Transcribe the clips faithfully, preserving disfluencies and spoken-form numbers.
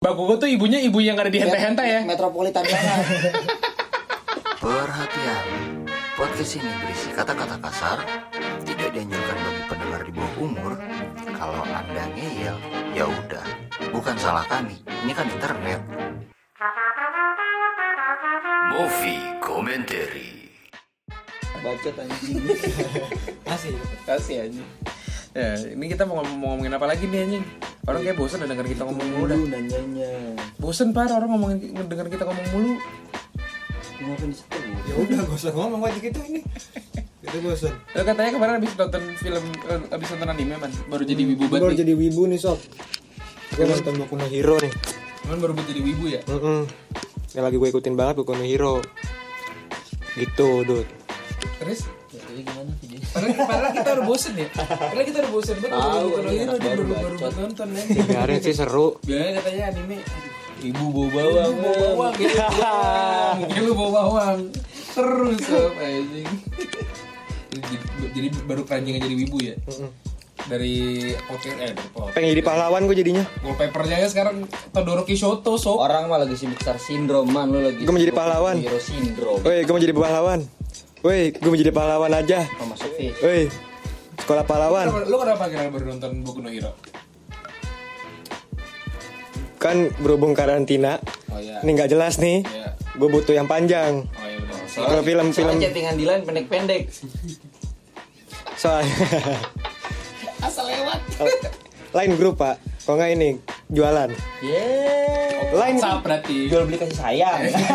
Bakugo tuh ibunya ibu yang ada di hentai-hentai ya. Metropolitan banget. Perhatian, podcast ini berisi kata-kata kasar, tidak dianjurkan bagi pendengar di bawah umur. Kalau Anda ngeyel, ya udah, bukan salah kami. Ini kan internet. Movie Commentary. Bacot anjing. Kasih, kasih anjing. Ya, ini kita mau ngomong- ngomongin apa lagi nih anjing? Orang kayak bosan denger kita ngomong mulu dah. Dulu nanyanya. Bosan par orang ngomongin denger kita ngomong mulu. Kenapa disetel? Ya udah gak usah ngomong aja gitu ini. Kita bosan. Lo katanya kemarin abis nonton film, eh, abis nonton anime man, baru jadi wibu Gue baru banget nih. jadi wibu nih sob. Gue nonton Boku no Hero nih. Cuman baru buat jadi wibu ya. Mm-mm. Yang lagi gue ikutin banget Boku no Hero. Gitu, Dut. Terus? Ya, jadi gimana sih? Padahal, padahal kita udah bosen ya. Padahal kita udah bosen banget. Tahu, Baru iya, hero dia baru baru baru bacot. nonton ya. Biarin sih seru. Biasanya katanya anime, aduh, Ibu bawa bawang. ibu bawa bawang gitu. Mungkin lu bawa bawang. Terus sob anjing. Jadi, jadi baru keranjang jadi wibu ya. Mm-mm. Dari podcast eh dari podcast. Pengen jadi pahlawan gue jadinya. Wallpapernya ya sekarang Todoroki Shoto sob. Orang mah lagi sibuk star syndrome, man, lu lagi. Gua mau jadi sibuk pahlawan. Hero syndrome. Woi, gue mau jadi pahlawan. Woi, gue mau jadi pahlawan aja. Oh, masuk fish. Woi, sekolah pahlawan. Lu kenapa kira baru nonton Boku no Hero? Kan berhubung karantina. Oh iya. Ini nggak jelas nih. Iya. Gue butuh yang panjang. Oh iya udah. Kalau film-film Soalnya chattingan di line pendek-pendek. soalnya Asal lewat. lain grup pak. Kalau nggak ini jualan. Yeay. Lain WhatsApp berarti. Jual beli kasih sayang.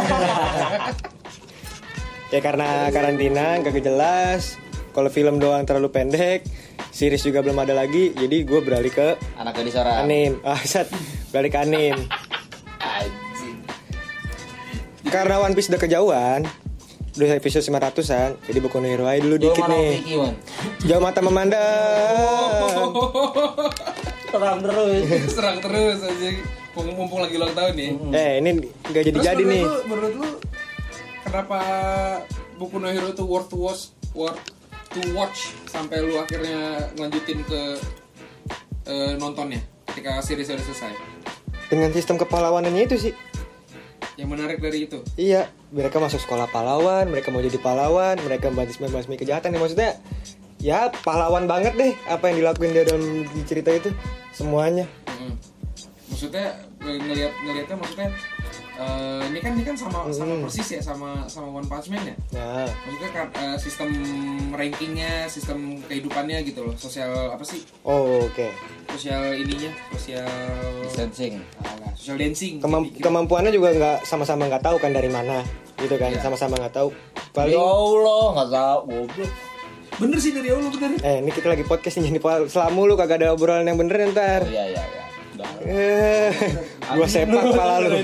ya karena karantina nggak jelas. Kalau film doang terlalu pendek, series juga belum ada lagi. Jadi gue beralih ke Anak gadis orang. anim. Ah, set. Beralih ke anim. Anjing. Karena One Piece udah kejauhan. Udah episode lima ratusan. Jadi Boku no Hero aja dulu Jual dikit mana nih. Vicky, man? Jauh mata memandang. Terang terus. Serang terus anjing. Mumpung, mumpung lagi ulang tahun nih. Eh ini nggak jadi-jadi Terus nih. menurut lu, menurut lu kenapa Boku no Hero itu worth to watch, worth to watch sampai lu akhirnya ngelanjutin ke eh, nontonnya ketika series udah selesai? Dengan sistem kepahlawanannya itu sih. Yang menarik dari itu. Iya, mereka masuk sekolah pahlawan, mereka mau jadi pahlawan, mereka membasmi kejahatan. Ya maksudnya, ya pahlawan banget deh apa yang dilakuin dia dalam di cerita itu semuanya. Mm-mm. Maksudnya ng- ngelihat ngelihatnya maksudnya eh, ini kan ini kan sama sama Mm. persis ya sama sama One Punch Man ya. Nah, Maksudnya kan eh, sistem rankingnya, sistem kehidupannya gitu loh, sosial apa sih? oh oke. Sosial ininya, sosial Distancing. alah, sosial dancing. Kemam- Gitu. kemampuannya juga nggak sama-sama nggak tahu kan dari mana, gitu kan? Iya. Sama-sama nggak tahu. Ya Paling, Allah, nggak tahu goblok. Bener sih dari Allah bener. eh ini kita lagi podcast nih, jadi selama lu kagak ada obrolan yang bener ntar. Oh, iya iya iya. Udah. Eh, gua sepak kepala lu.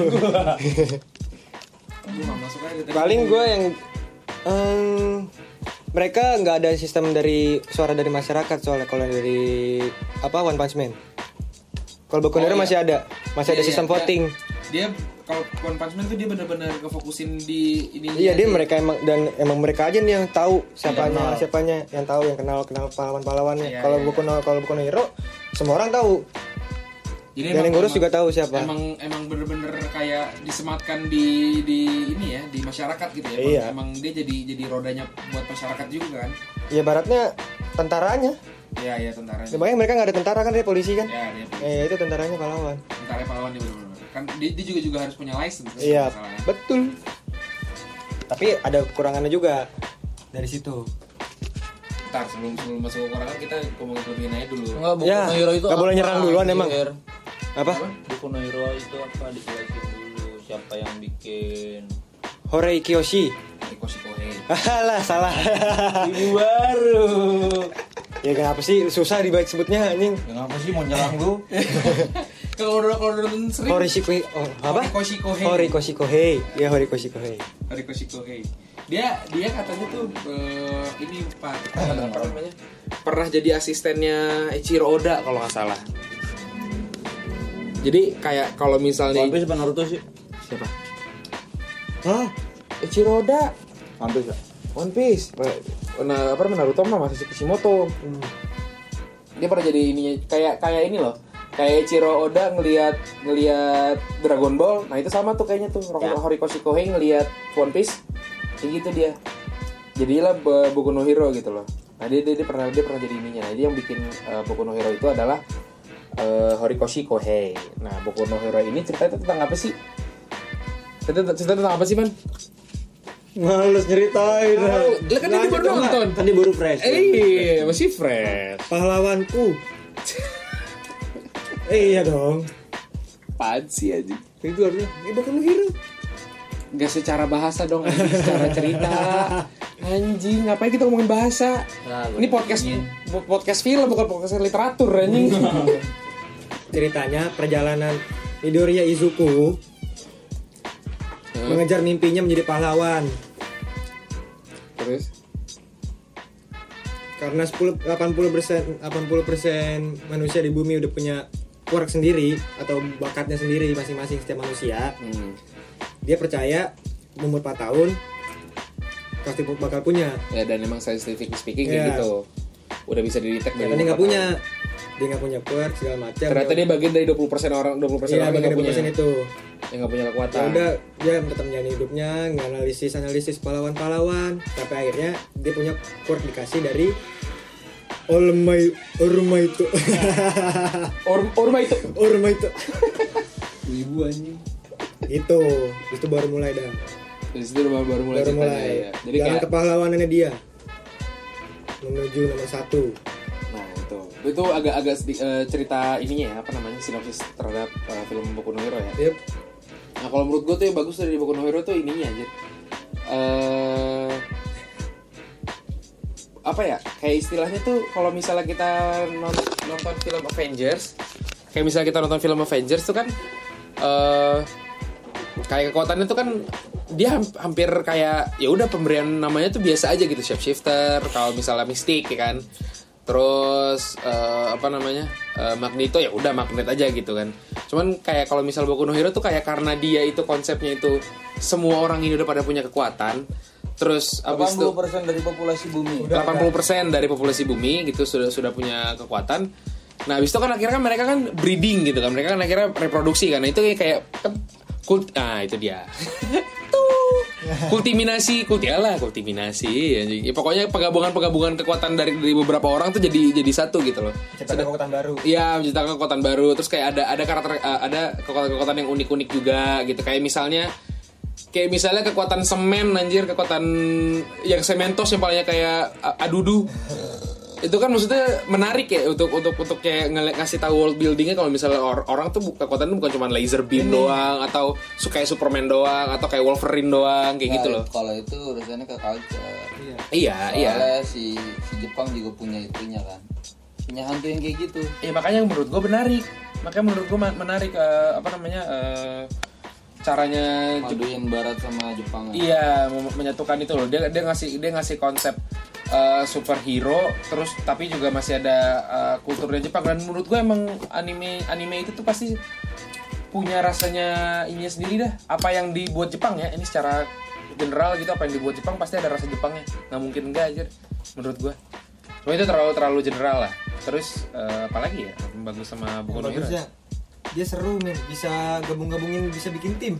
Gue gak masuk aja tadi. Paling gue yang em, mereka nggak ada sistem dari suara dari masyarakat soalnya kalau dari apa One Punch Man. Kalau Boku no Oh, Hero iya. masih ada, masih ada Iya, sistem iya, voting. Dia kalau One Punch Man tuh dia bener-bener ngefokusin di ini. Iya dia mereka emang dan emang mereka aja nih yang tahu siapanya kenal. siapanya yang tahu yang kenal kenal pahlawan-pahlawannya. Iya, Kalau iya, Boku no kalau Boku no Hero semua orang tahu. Jadi Dan yang ngurus juga tahu siapa. Emang emang bener-bener kayak disematkan di di ini ya di masyarakat gitu ya. Emang, Iya. emang dia jadi jadi rodanya buat masyarakat juga kan. Ya baratnya tentaranya. Iya iya tentaranya. Sebenarnya mereka nggak ada tentara kan dia polisi kan. Ya dia polisi. Eh itu tentaranya pahlawan. Tentara pahlawan dia bener-bener. Kan dia, dia juga juga harus punya license. kan, Iya masalahnya. betul. Tapi ada kekurangannya juga dari situ. Ntar sebelum sebelum masuk ke kekurangan kita ngomongin kelebihan aja dulu. Enggak, Boku Ya, no Hero itu nggak boleh apa, nyerang duluan emang. anjir? Apa? Boku no Hero itu apa, dijelasin dulu siapa yang bikin. Horei Kiyoshi. Rikoshi Kohei. Alah salah. Ibu baru. Ya kenapa sih susah dibaca sebutnya anjing. Ya ngapa sih mau nyerang lu? Kalau udah kalau udah nonton sering. Horikoshi oh, apa? Horikoshi Kohei. Horikoshi Kohei. Ya Horikoshi Kohei. Rikoshi Kohei. Dia dia katanya tuh eh, ini Pak eh, apa namanya? Pernah jadi asistennya Eiichiro Oda kalau nggak salah. Jadi kayak kalau misalnya One Piece apa Naruto sih? siapa? Hah? Eiichiro Oda. One Piece ya? One Piece. Nah, apa namanya Naruto mah Masashi Kishimoto. Dia pernah jadi ininya kayak kayak ini loh. Kayak Ichiro Oda ngelihat ngelihat Dragon Ball, nah itu sama tuh kayaknya tuh. Ya. Horikoshi Kohei ngelihat One Piece, kayak gitu dia. Jadilah Boku no Hero gitu loh. Nah dia dia, dia pernah dia pernah jadi ininya. Jadi yang bikin uh, Boku no Hero itu adalah uh, Horikoshi Kohei. Nah Boku no Hero ini ceritanya tentang apa sih? Cerita, cerita tentang apa sih, Man? Males nyeritain. Oh, lah kan dia baru nonton. Tadi baru fresh. Eh, masih fresh. Pahlawanku. Eh, iya dong. Apaan sih aja? Itu harusnya ini Boku no Hero. Gak secara bahasa dong, anjing, secara cerita. Anjing, ngapain kita ngomongin bahasa? Nah, Ini podcast bu- podcast film bukan podcast literatur anjing. Ceritanya perjalanan Midoriya Izuku mengejar mimpinya menjadi pahlawan. Terus Karena sepuluh delapan puluh persen delapan puluh persen manusia di bumi udah punya quirk sendiri atau bakatnya sendiri masing-masing setiap manusia. hmm. Dia percaya umur empat tahun pasti bakal punya. Ya dan emang scientific speaking Iya. kayak gitu. Udah bisa di-detect dari Ternyata dia nggak umur punya. empat tahun. Dia nggak punya quirk segala macam. Ternyata dia bagian dari dua puluh persen orang dua puluh persen Iya, orang yang bagian nggak dari punya persen itu. yang nggak punya Ya kekuatan. udah dia tetap menjalani hidupnya, nganalisis analisis pahlawan-pahlawan sampai akhirnya dia punya quirk dikasih dari Olmai Ormaito. Or orma itu. Ormaito. Ibu anjing. Itu, itu baru mulai dah. Dari situ baru, baru mulai Baru ceritanya mulai. ya. Jadi Jalan kayak kepahlawanannya dia menuju nomor satu. nah itu itu agak-agak sedi- eh, cerita ininya ya, apa namanya, sinopsis terhadap eh, film Boku no Hero ya. Yep. Nah kalau menurut gue tuh yang bagus dari Boku no Hero tuh ininya aja. Eh apa ya? Kayak istilahnya tuh kalau misalnya kita nonton, nonton film Avengers, kayak misalnya kita nonton film Avengers tuh kan eh kayak kekuatannya tuh kan dia ham- hampir kayak ya udah pemberian namanya tuh biasa aja gitu, shapeshifter, kalau misalnya Mystic ya kan. Terus eh, apa namanya? eh, Magneto ya udah magnet aja gitu kan. Cuman kayak kalau misal Boku no Hero tuh kayak karena dia itu konsepnya itu semua orang ini udah pada punya kekuatan. Terus abis delapan itu puluh persen dari populasi bumi. delapan puluh persen dari populasi bumi gitu sudah sudah punya kekuatan. Nah, habis itu kan akhirnya kan mereka kan breeding gitu kan. Mereka kan akhirnya reproduksi kan. Nah, itu kayak kan kult ah itu dia. Tuh. Kultiminasi, kultialah, kultiminasi. Ya, pokoknya penggabungan-penggabungan kekuatan dari, dari beberapa orang tuh jadi jadi satu gitu loh. Ciptakan kekuatan baru. Iya, menciptakan kekuatan baru. Terus kayak ada ada karakter uh, ada kekuatan-kekuatan yang unik-unik juga gitu. Kayak misalnya kayak misalnya kekuatan semen anjir, kekuatan yang sementos yang palingnya kayak uh, adudu. Itu kan maksudnya menarik ya untuk untuk untuk kayak ngel- ngasih tahu world buildingnya kalau misalnya or- orang tuh bu- kekuatannya bukan cuma laser beam doang atau suka kayak Superman doang atau kayak Wolverine doang kayak Nah, gitu loh. Kalau itu urusannya ke culture. Iya. Iya, iya. Soalnya si si Jepang juga punya itunya kan. Punya hantu yang kayak gitu. Ya makanya menurut gue menarik. Makanya menurut gue ma- menarik eh, apa namanya eh, caranya Jep- Maduin barat sama Jepang. iya mem- menyatukan itu loh. Dia dia ngasih dia ngasih konsep eh, superhero terus tapi juga masih ada eh, kulturnya Jepang, dan menurut gue emang anime anime itu tuh pasti punya rasanya ininya sendiri dah. Apa yang dibuat Jepang ya, ini secara general gitu, apa yang dibuat Jepang pasti ada rasa Jepangnya. Nggak mungkin enggak aja menurut gue. Cuma itu terlalu terlalu general lah. Terus eh, apalagi ya yang bagus sama Boku no Hero? Bagusnya dia seru men, bisa gabung-gabungin, bisa bikin tim.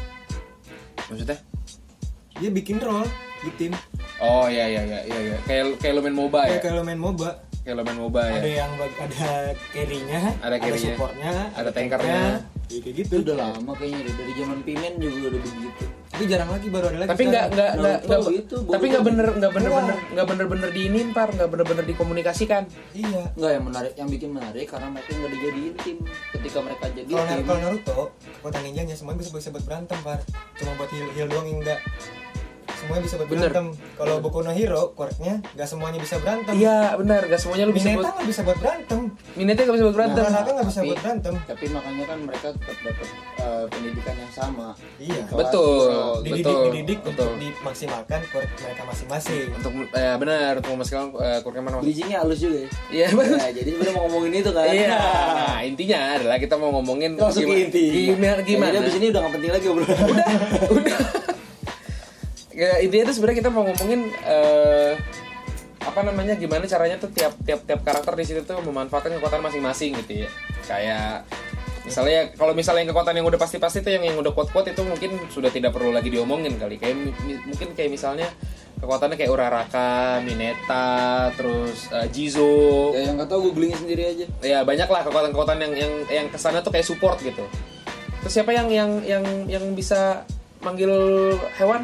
Maksudnya? Dia bikin role di tim. Oh iya iya iya iya iya. Kayak kayak lo main MOBA ya. Kayak kalau main MOBA, Kayak lo main MOBA ya. ada yang bag- ada carry-nya, Ada carry-nya, supportnya, ada tankernya. Iya, kayak gitu. Itu udah lama kayaknya deh. Dari zaman Pimen juga udah begitu. Tapi jarang lagi, baru ada lagi. Tapi nggak sekarang. nggak nggak Naruto nggak itu, tapi nggak bener nggak bener bener Wah. nggak bener bener diinin par nggak bener bener dikomunikasikan. Iya. Enggak, yang menarik, yang bikin menarik karena mereka nggak dijadiin tim. Ketika mereka jadi Kalau Naruto, tim, kalau Naruto, kekuatan ninjanya semuanya bisa bisa buat berantem, Par. Cuma buat heal heal doang enggak. Semuanya bisa buat Bener. berantem. Kalau Boku no Hero, quirk-nya nggak semuanya bisa berantem. Iya benar, nggak semuanya lu bisa Mineta buat. nggak bisa buat berantem. Mineta nggak bisa buat berantem. Nah, nggak bisa tapi- buat berantem. tapi makanya kan mereka tetap dapat eh, pendidikan yang sama. Iya. Kelas. Betul, Dididik, betul, dididik betul. untuk dimaksimalkan quirk mereka masing-masing. Untuk eh, benar untuk memastikan uh, kurangnya mana. Bridging-nya halus juga ya. Iya benar. Nah, jadi sebenarnya mau ngomongin itu kan. Iya. Nah, intinya adalah kita mau ngomongin Langsung ke inti. Gimana gimana? Jadi abis ini udah gak penting lagi obrolan. udah udah ya, intinya itu sebenarnya kita mau ngomongin eh, apa namanya gimana caranya tuh tiap tiap tiap karakter di situ tuh memanfaatkan kekuatan masing-masing gitu ya. Kayak misalnya kalau misalnya yang kekuatan yang udah pasti-pasti tuh yang yang udah kuat-kuat itu mungkin sudah tidak perlu lagi diomongin kali. Kayak mi- mungkin kayak misalnya kekuatannya kayak Uraraka, Mineta, terus uh, Jizo. Ya yang nggak tahu googlingin sendiri aja. Ya banyak lah kekuatan-kekuatan yang yang yang kesana tuh kayak support gitu. Terus siapa yang yang yang yang bisa manggil hewan?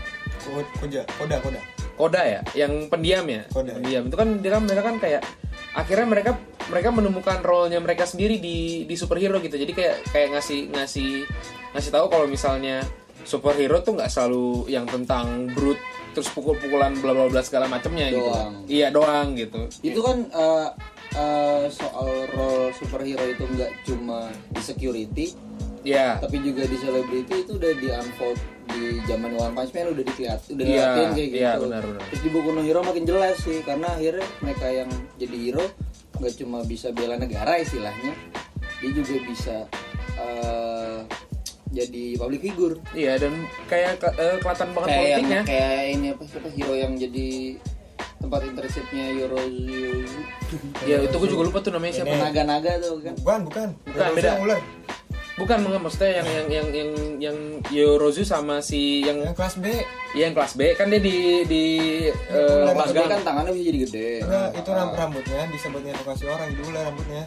Koda, koda, koda. Koda ya, yang pendiam ya. Koda, pendiam itu kan dia kan mereka kan kayak akhirnya mereka mereka menemukan role-nya mereka sendiri di di superhero gitu. Jadi kayak kayak ngasih ngasih ngasih tahu kalau misalnya superhero tuh nggak selalu yang tentang brute terus pukul-pukulan bla bla bla segala macamnya gitu. Doang. Iya doang gitu. Itu kan uh, uh, soal role superhero itu nggak cuma di security, Iya. tapi juga di celebrity itu udah di unfold di zaman One Punch Man udah dilihat, udah Iya, ngeliatin kayak gitu. iya, benar, benar. Terus di Boku no Hero makin jelas sih, karena akhirnya mereka yang jadi hero nggak cuma bisa bela negara istilahnya, dia juga bisa uh, jadi public figure. Iya dan kayak ke- eh, kelihatan banget Kayak yang, politiknya. kayak ini apa siapa hero yang jadi tempat internshipnya Yorozu. Ya itu gue juga lupa tuh namanya siapa. Ini. Naga-naga tuh kan. Bukan, bukan. Bukan, Yorozu beda. yang ular. Bukan, bukan maksudnya yang yang yang yang yang Yorozu sama si yang Yang kelas B. Iya yang kelas B kan dia di di eh, Ular Maksudnya magang. kan tangannya bisa jadi gede. Enggak, itu ram- rambutnya bisa buat ngedukasi orang jadi ular rambutnya.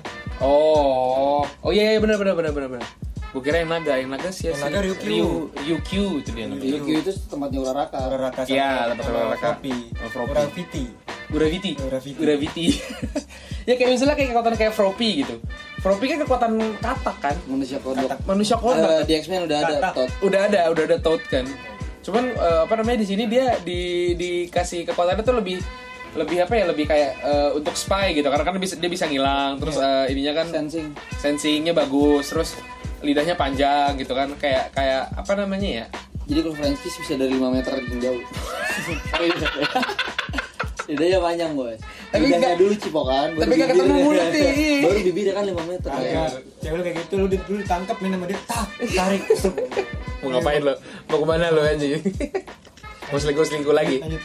Oh, oh iya iya benar benar benar benar benar. Gue kira yang naga, yang naga sih Yang naga Ryukyu. Ryu, Ryukyu itu dia namanya. Ryukyu itu tempatnya Uraraka. Uraraka sama Iya, tempat sama Uraraka. Froppy. Oh, Froppy. Uraviti. Uraviti. Uraviti. Uraviti. Ya kayak misalnya kayak kekuatan kayak Froppy gitu. Froppy kan kekuatan katak kan. Manusia kodok. Manusia kodok. Eh, di X-Men udah ada Katak. Tot. Udah ada, udah ada Toad kan. Cuman eh, apa namanya di sini dia di dikasih kekuatannya tuh lebih lebih apa ya lebih kayak eh, untuk spy gitu karena kan dia bisa dia bisa ngilang terus eh, ininya kan Sensing. sensingnya bagus terus lidahnya panjang gitu kan kayak kayak apa namanya ya Jadi kalau French kiss bisa dari lima meter yang jauh. Lidahnya panjang, Bos. Tapi Lidahnya nggak- dulu cipokan, baru tapi nggak bibirnya. ketemu mulutnya, iya. Baru bibirnya kan lima meter. Agak Ya. cewek lu kayak gitu lu, di, lu ditangkap nih sama dia, tak, tarik. mau ngapain lo mau kemana lo anjing mau selingkuh selingkuh lagi Lanjut.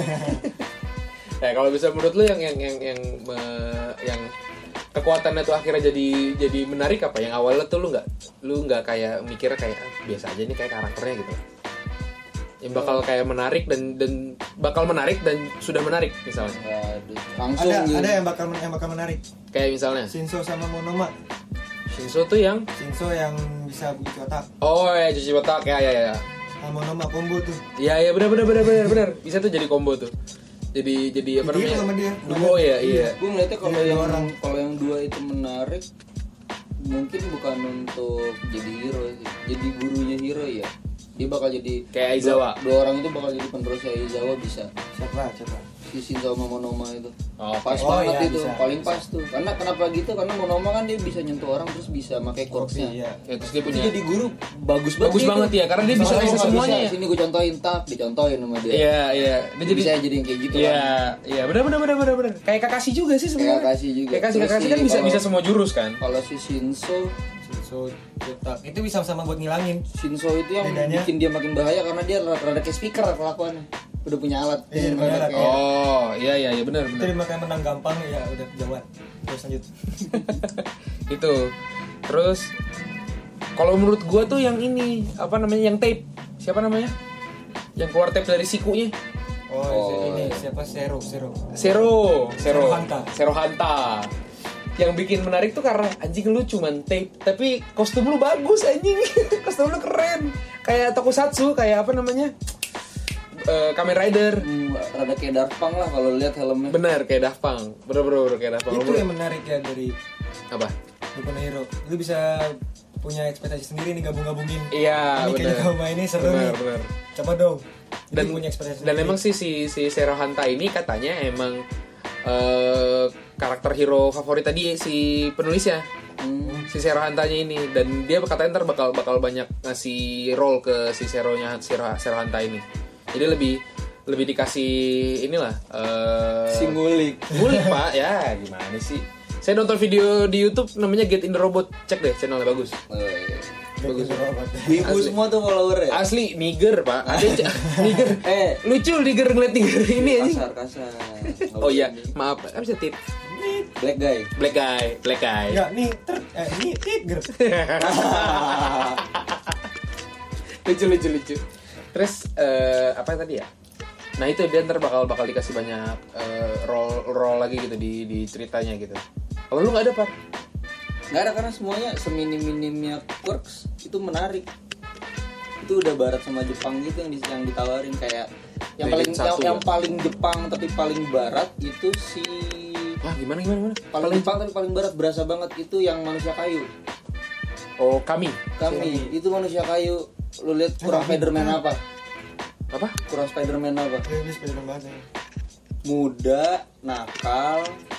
nah kalau bisa menurut lo yang yang yang yang me- yang kekuatannya tuh akhirnya jadi jadi menarik apa yang awalnya tuh lu nggak lu nggak kayak mikirnya kayak ah, biasa aja nih kayak karakternya gitu yang bakal kayak menarik dan dan bakal menarik dan sudah menarik misalnya Aduh, langsung ada gitu. ada yang bakal yang bakal menarik. kayak misalnya Shinso sama Monoma. Shinso tuh yang Shinso yang bisa cuci otak. oh ya cuci otak ya ya ya Sama Monoma combo tuh. ya ya benar benar benar benar benar bisa tuh jadi combo tuh jadi jadi apa Jadi namanya sama dia. duo ya iya Gue ngeliatnya kalau Jadi yang orang. kalau yang dua itu menarik, mungkin bukan untuk jadi hero sih. Jadi gurunya hero ya. Dia bakal jadi Kayak Aizawa. Dua, dua orang itu bakal jadi penerusnya Aizawa bisa. Siapa? Siapa? Si Shinzo sama Monoma itu. Oh, Pas oh, banget iya, itu, bisa, paling bisa. pas tuh. Karena kenapa gitu? Karena Monoma kan dia bisa nyentuh orang terus bisa pakai corpsnya. Iya. ya terus dia Itu punya jadi guru bagus banget. bagus dia banget tuh. ya karena dia bisa Misalnya bisa nggak semuanya bisa, ya Sini gue contohin tak, dicontohin sama dia. iya iya dia Jadi jadi bisa jadi yang kayak gitu iya kan. iya benar benar benar benar benar kayak Kakashi juga sih sebenarnya Kakashi juga. kayak Kakashi Terus Kakashi si- kan bisa kalau- bisa semua jurus kan Kalau si Shinzo Shinso otak. Itu bisa sama buat ngilangin. Shinzo itu yang Bedanya? bikin dia makin bahaya karena dia rada kayak speaker kelakuannya. Udah punya alat. Iya, yang punya rada alat. kayak- oh iya iya iya benar Itu benar dia makanya menang gampang ya udah kejauhan. Terus lanjut. itu terus kalau menurut gua tuh yang ini apa namanya yang tape siapa namanya yang keluar tape dari sikunya Oh, Oh, ini iya. siapa? Zero, Zero. Zero Zero Zero Hanta. Zero Hanta yang bikin menarik tuh karena anjing lu cuman tape tapi kostum lu bagus anjing kostum lu keren kayak tokusatsu kayak apa namanya Eh, Kamen Rider Hmm, rada kayak Daft Punk lah kalau lihat helmnya. benar kayak Daft Punk bener bener, bener kayak Daft Punk Itu yang menarik ya dari apa Boku no Hero. Lu bisa punya ekspektasi sendiri nih gabung-gabungin. iya Ini kayaknya benar kalau main ini seru benar nih. benar Coba dong. dan Dia punya ekspektasi dan sendiri. emang sih si si Zero Hanta ini katanya emang eh, karakter hero favorit tadi si penulisnya Hmm. si Zero Hantanya ini dan dia katanya ntar bakal bakal banyak ngasih role ke si Zero-nya Zero, Zero Hanta ini jadi lebih lebih dikasih inilah eh Si ngulik. ngulik pak ya gimana sih saya nonton video di YouTube namanya Get in the Robot cek deh channelnya bagus Oh, iya. bagus. Wibu Asli. semua tuh follower ya. Asli Niger, Pak. Ada c- Niger. Eh, Lucu Niger ngeliat Niger ini anjing. kasar kasar. Nggak Oh iya, boleh. maaf. Kan bisa tip. Black guy. Black guy, black guy. Ya nih ter eh ini tiger. lucu lucu lucu. Terus eh, apa tadi ya? Nah itu dia ntar bakal bakal dikasih banyak eh, role role lagi gitu di di ceritanya gitu. Kalau lu nggak ada Pak? Nggak ada karena semuanya seminim-minimnya Quirks itu menarik. Itu udah barat sama Jepang gitu yang di, yang ditawarin kayak yang Legend paling yang, satu yang ya? paling Jepang tapi paling barat itu si Wah gimana gimana gimana? paling Jepang tapi paling barat berasa banget itu yang manusia kayu. Oh kami. Kami itu manusia kayu. Lu lihat kurang Spiderman apa? Apa? Kurang Spiderman apa? Ya ini sepeda banget. Muda, nakal,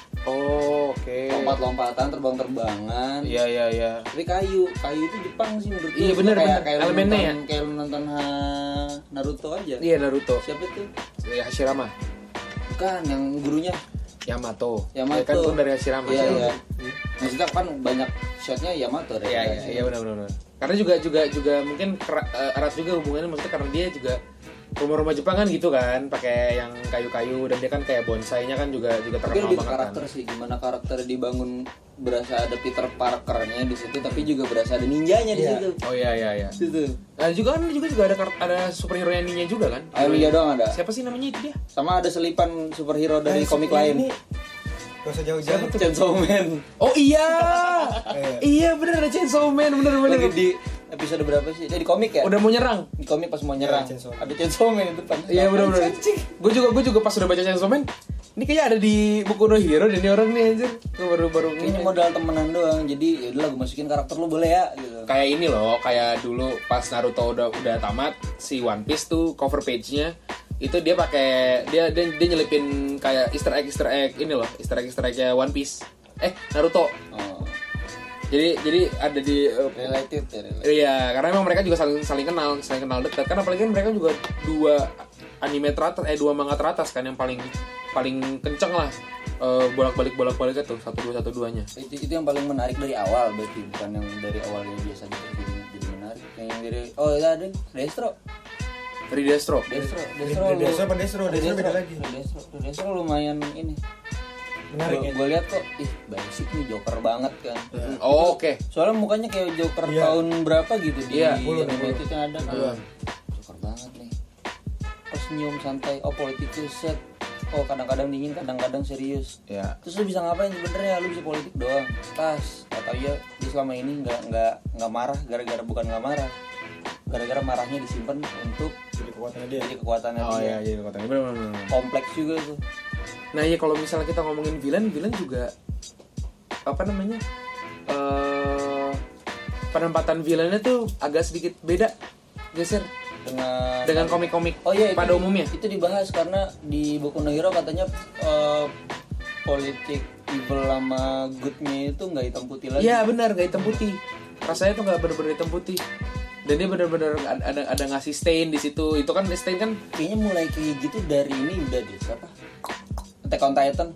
Oh oke. lompat-lompatan, terbang-terbangan. Iya iya iya. Tapi kayu, kayu itu Jepang sih menurut Iya, gue. bener, kayak, bener. kayak lu Elemennya nonton, ya? kayak lu nonton ha, Naruto aja. Iya Naruto. Siapa itu? Ya Hashirama. Bukan, yang gurunya. Yamato. Yamato. Ya, kan itu dari Hashirama. Iya, Hashirama. iya. Maksudnya kan banyak shotnya Yamato deh. Iya iya iya benar benar benar. Karena juga juga juga mungkin kera- eh, erat juga hubungannya maksudnya karena dia juga rumah-rumah Jepang kan gitu kan, pakai yang kayu-kayu dan dia kan kayak bonsainya kan juga juga Tapi terkenal lebih ke banget karakter kan. sih, gimana karakter dibangun berasa ada Peter Parker-nya di situ, tapi juga berasa ada ninjanya di Iya. situ. Oh iya iya iya. Situ. Nah, juga kan juga juga ada kar- ada superhero yang ninja juga kan? Ayo ninja doang ada. Siapa sih namanya itu dia? Sama ada selipan superhero dari Eh, komik ini- lain. Ini gak usah jauh-jauh. Chainsaw Man. Oh iya. Iya. Iya bener ada Chainsaw Man bener bener. Lagi di episode berapa sih? Dia di komik ya? Udah mau nyerang. Di komik pas mau nyerang. Chainsaw Man. Ada Chainsaw Man di depan. Iya bener bener. Gue juga gue juga pas udah baca Chainsaw Man, ini kayaknya ada di buku No Hero dan ini orang nih anjir. Gue baru baru Kayaknya modal temenan doang. Jadi ya udahlah gue masukin karakter lu boleh ya gitu. kayak ini loh, kayak dulu pas Naruto udah udah tamat si One Piece tuh cover page-nya itu dia pakai dia, dia dia nyelipin kayak Easter egg Easter egg ini loh, Easter egg Easter egg-nya One Piece. Eh, Naruto. Oh, Jadi jadi ada di uh, related ya. Related. iya, karena emang mereka juga saling saling kenal, saling kenal dekat. Kan apalagi kan mereka juga dua anime teratas eh dua manga teratas kan yang paling paling kenceng lah. Uh, bolak-balik bolak-balik itu satu dua satu duanya. Itu itu yang paling menarik dari awal berarti, bukan yang dari awal yang biasa gitu jadi jadi menarik. Yang dari oh ya ada Destro. Dari Destro. Destro, Destro lu- Destro apa Destro? Destro beda lagi. Destro, Destro lumayan ini. Menarik ya. Gue lihat kok, ih basic nih Joker banget kan. Oh, oke. Soalnya mukanya kayak Joker Iya. tahun berapa gitu di Iya. animated yang ada. Iya. Joker banget nih. Oh senyum santai, oh political set. Oh kadang-kadang dingin, kadang-kadang serius. Ya. Terus lu bisa ngapain sebenarnya? Lu bisa politik doang. Tas, atau ya dia selama ini nggak nggak nggak marah gara-gara bukan nggak marah. Gara-gara marahnya disimpan untuk Jadi kekuatannya dia. jadi kekuatannya Oh dia. iya, jadi kotanya benar benar. Kompleks juga tuh. Nah iya kalau misalnya kita ngomongin villain, villain juga apa namanya eh penempatan villainnya tuh agak sedikit beda, geser Dengan dengan komik-komik Oh iya, itu pada di- umumnya. Itu dibahas karena di Boku no Hero katanya eh, politik evil sama goodnya itu nggak hitam putih lagi. Iya benar, nggak hitam putih. Rasanya tuh nggak benar-benar hitam putih. Dan dia benar-benar ada, ada ada ngasih stain di situ. Itu kan stain kan Kayaknya mulai kayak gitu dari ini udah deh siapa? Attack on Titan.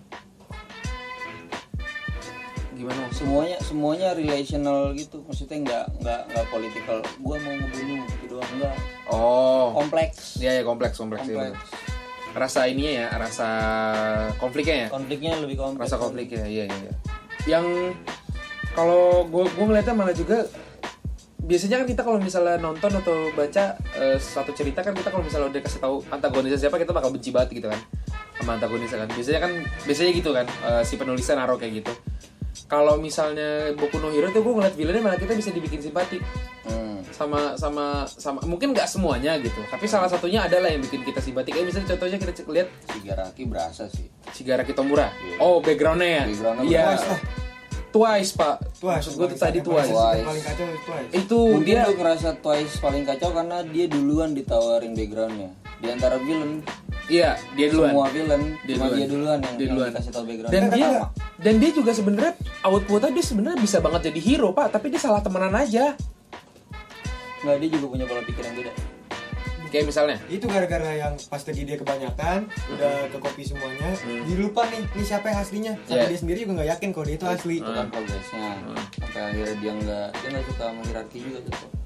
gimana maksudnya? Semuanya semuanya relational gitu. Maksudnya nggak nggak nggak political. Gua mau ngebunuh gitu doang enggak. Oh. Kompleks. Iya ya kompleks kompleks, iya, Kompleks. benar. Rasa ininya ya, rasa konfliknya ya. Konfliknya lebih kompleks. Rasa konflik ya, iya iya iya. Yang kalau gue gue ngeliatnya malah juga biasanya kan kita kalau misalnya nonton atau baca eh, satu cerita kan kita kalau misalnya udah kasih tahu antagonisnya siapa kita bakal benci banget gitu kan sama antagonisnya kan. Biasanya kan biasanya gitu kan eh, si penulisnya naruh kayak gitu. Kalau misalnya Boku no Hero tuh gue ngeliat villainnya malah kita bisa dibikin simpati Hmm. sama sama sama mungkin nggak semuanya gitu tapi salah satunya adalah yang bikin kita simpati kayak misalnya contohnya kita cek- lihat Shigaraki berasa sih. Shigaraki Tomura. Iya. Oh backgroundnya ya. Backgroundnya Iya. Twice lah. Twice pak. Twice. Maksud gue tuh tadi Yang Twice. paling- Twice. yang paling kacau itu Twice. Itu Mungkin dia. lu ngerasa Twice paling kacau karena dia duluan ditawarin backgroundnya. Di antara villain, Iya dia duluan. semua villain Dia cuma duluan. dia duluan yang, Dia yang duluan. dikasih tahu background. Dan Enggak, dia enggak. dan dia juga sebenarnya outputnya dia sebenarnya bisa banget jadi hero pak tapi dia salah temenan aja. Nggak, dia juga punya pola pikir yang beda. Kayak misalnya. Itu gara-gara yang pas lagi dia kebanyakan udah ke copy semuanya, Hmm. dilupa nih, ini siapa yang aslinya. Sampai Iya. dia sendiri juga nggak yakin kalau dia itu asli. Itu kan progresnya. Hmm. Sampai akhirnya dia nggak dia nggak suka sama hierarki juga tuh.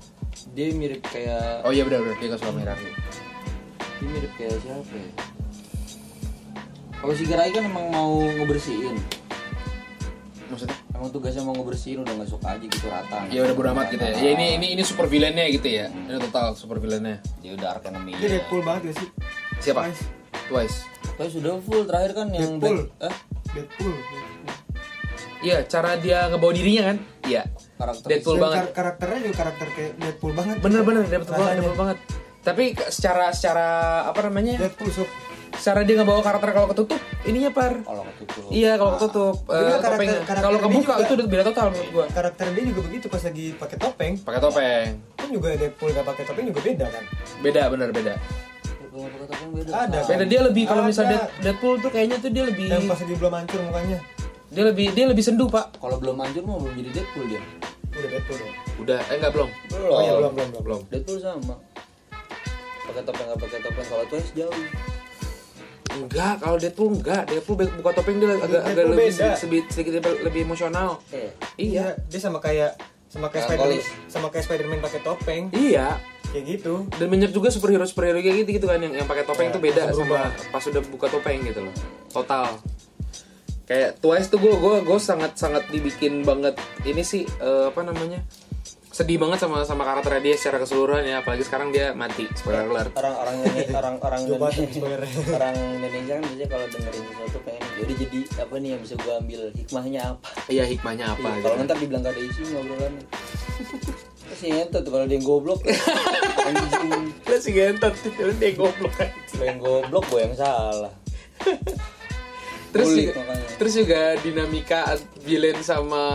Dia mirip kayak Oh iya benar-benar dia nggak suka hierarki. Dia mirip kayak siapa ya? Kalau si Garai kan emang mau ngebersihin. Maksudnya? Emang tugasnya mau ngebersihin, udah nggak suka aja gitu rata. Ya udah bodo amat gitu ya. Ya ini ini ini super villainnya gitu ya. Ini total super villainnya. Dia udah arc enemy. Dia Deadpool banget gak sih? Siapa? Twice. Twice. Tapi sudah full terakhir kan yang Deadpool. Black- eh? Deadpool. Iya, cara dia ngebawa dirinya kan? Iya. Karakter Deadpool Dan banget. kar- karakternya juga karakter kayak Deadpool banget. Bener-bener Deadpool banget, Rasanya. Deadpool banget. Tapi ke- secara secara apa namanya? Deadpool sob. Secara dia ngebawa karakter kalau ketutup, ininya par. kalau ketutup. Iya, kalau ketutup Juga eh, karakter- topengnya. karakter Kalau dia kebuka juga- itu udah beda total menurut gua. Karakter dia juga begitu pas lagi pakai topeng. Pakai topeng. Kan juga Deadpool gak pakai topeng juga beda kan? Beda, bener beda. Kalau pakai topeng beda. Ada. Ah, Beda dia lebih kalau Ada. misalnya Dead- Deadpool tuh kayaknya tuh dia lebih Yang pas lagi belum hancur mukanya. dia lebih dia lebih sendu, Pak. Kalau belum manjur mah belum jadi Deadpool dia. Udah Deadpool dong. Udah, eh enggak belum. Belum. Oh iya belum belum belum. Belum. Deadpool sama. Pakai topeng nggak pakai topeng, kalau Twice jauh. Enggak, kalau Deadpool enggak. Deadpool be- buka topeng dia agak agak Deadpool lebih beda. sedikit, sedikit lebih, lebih emosional. Eh, Iya. Dia sama kayak sama kayak Kayak Spider Kolis. sama kayak Spider-Man pakai topeng. Iya. Kayak gitu. Dan banyak juga superhero superhero kayak gitu gitu kan yang yang pakai topeng Ya, tuh beda langsung sama berubah. pas udah buka topeng gitu loh. Total. Kayak Twice tuh gue gue gue sangat sangat dibikin banget ini sih eh, apa namanya, sedih banget sama sama karakternya dia secara keseluruhan ya, apalagi sekarang dia mati, spoiler alert. orang-orang ini orang-orang Coba Indonesia, sebenarnya. orang Indonesia kan biasanya kalau dengerin sesuatu pengen jadi jadi apa nih yang bisa gue ambil hikmahnya apa. Iya, hikmahnya apa Iya, gitu. kalau ntar dibilang gak ada isi ngobrolannya. Masih ngentot tuh kalau dia yang goblok. Anjing. Lu sih gentot, lu dia goblok kan. Lo yang goblok, gue yang salah. Terus Bulik juga, makanya. terus juga dinamika villain sama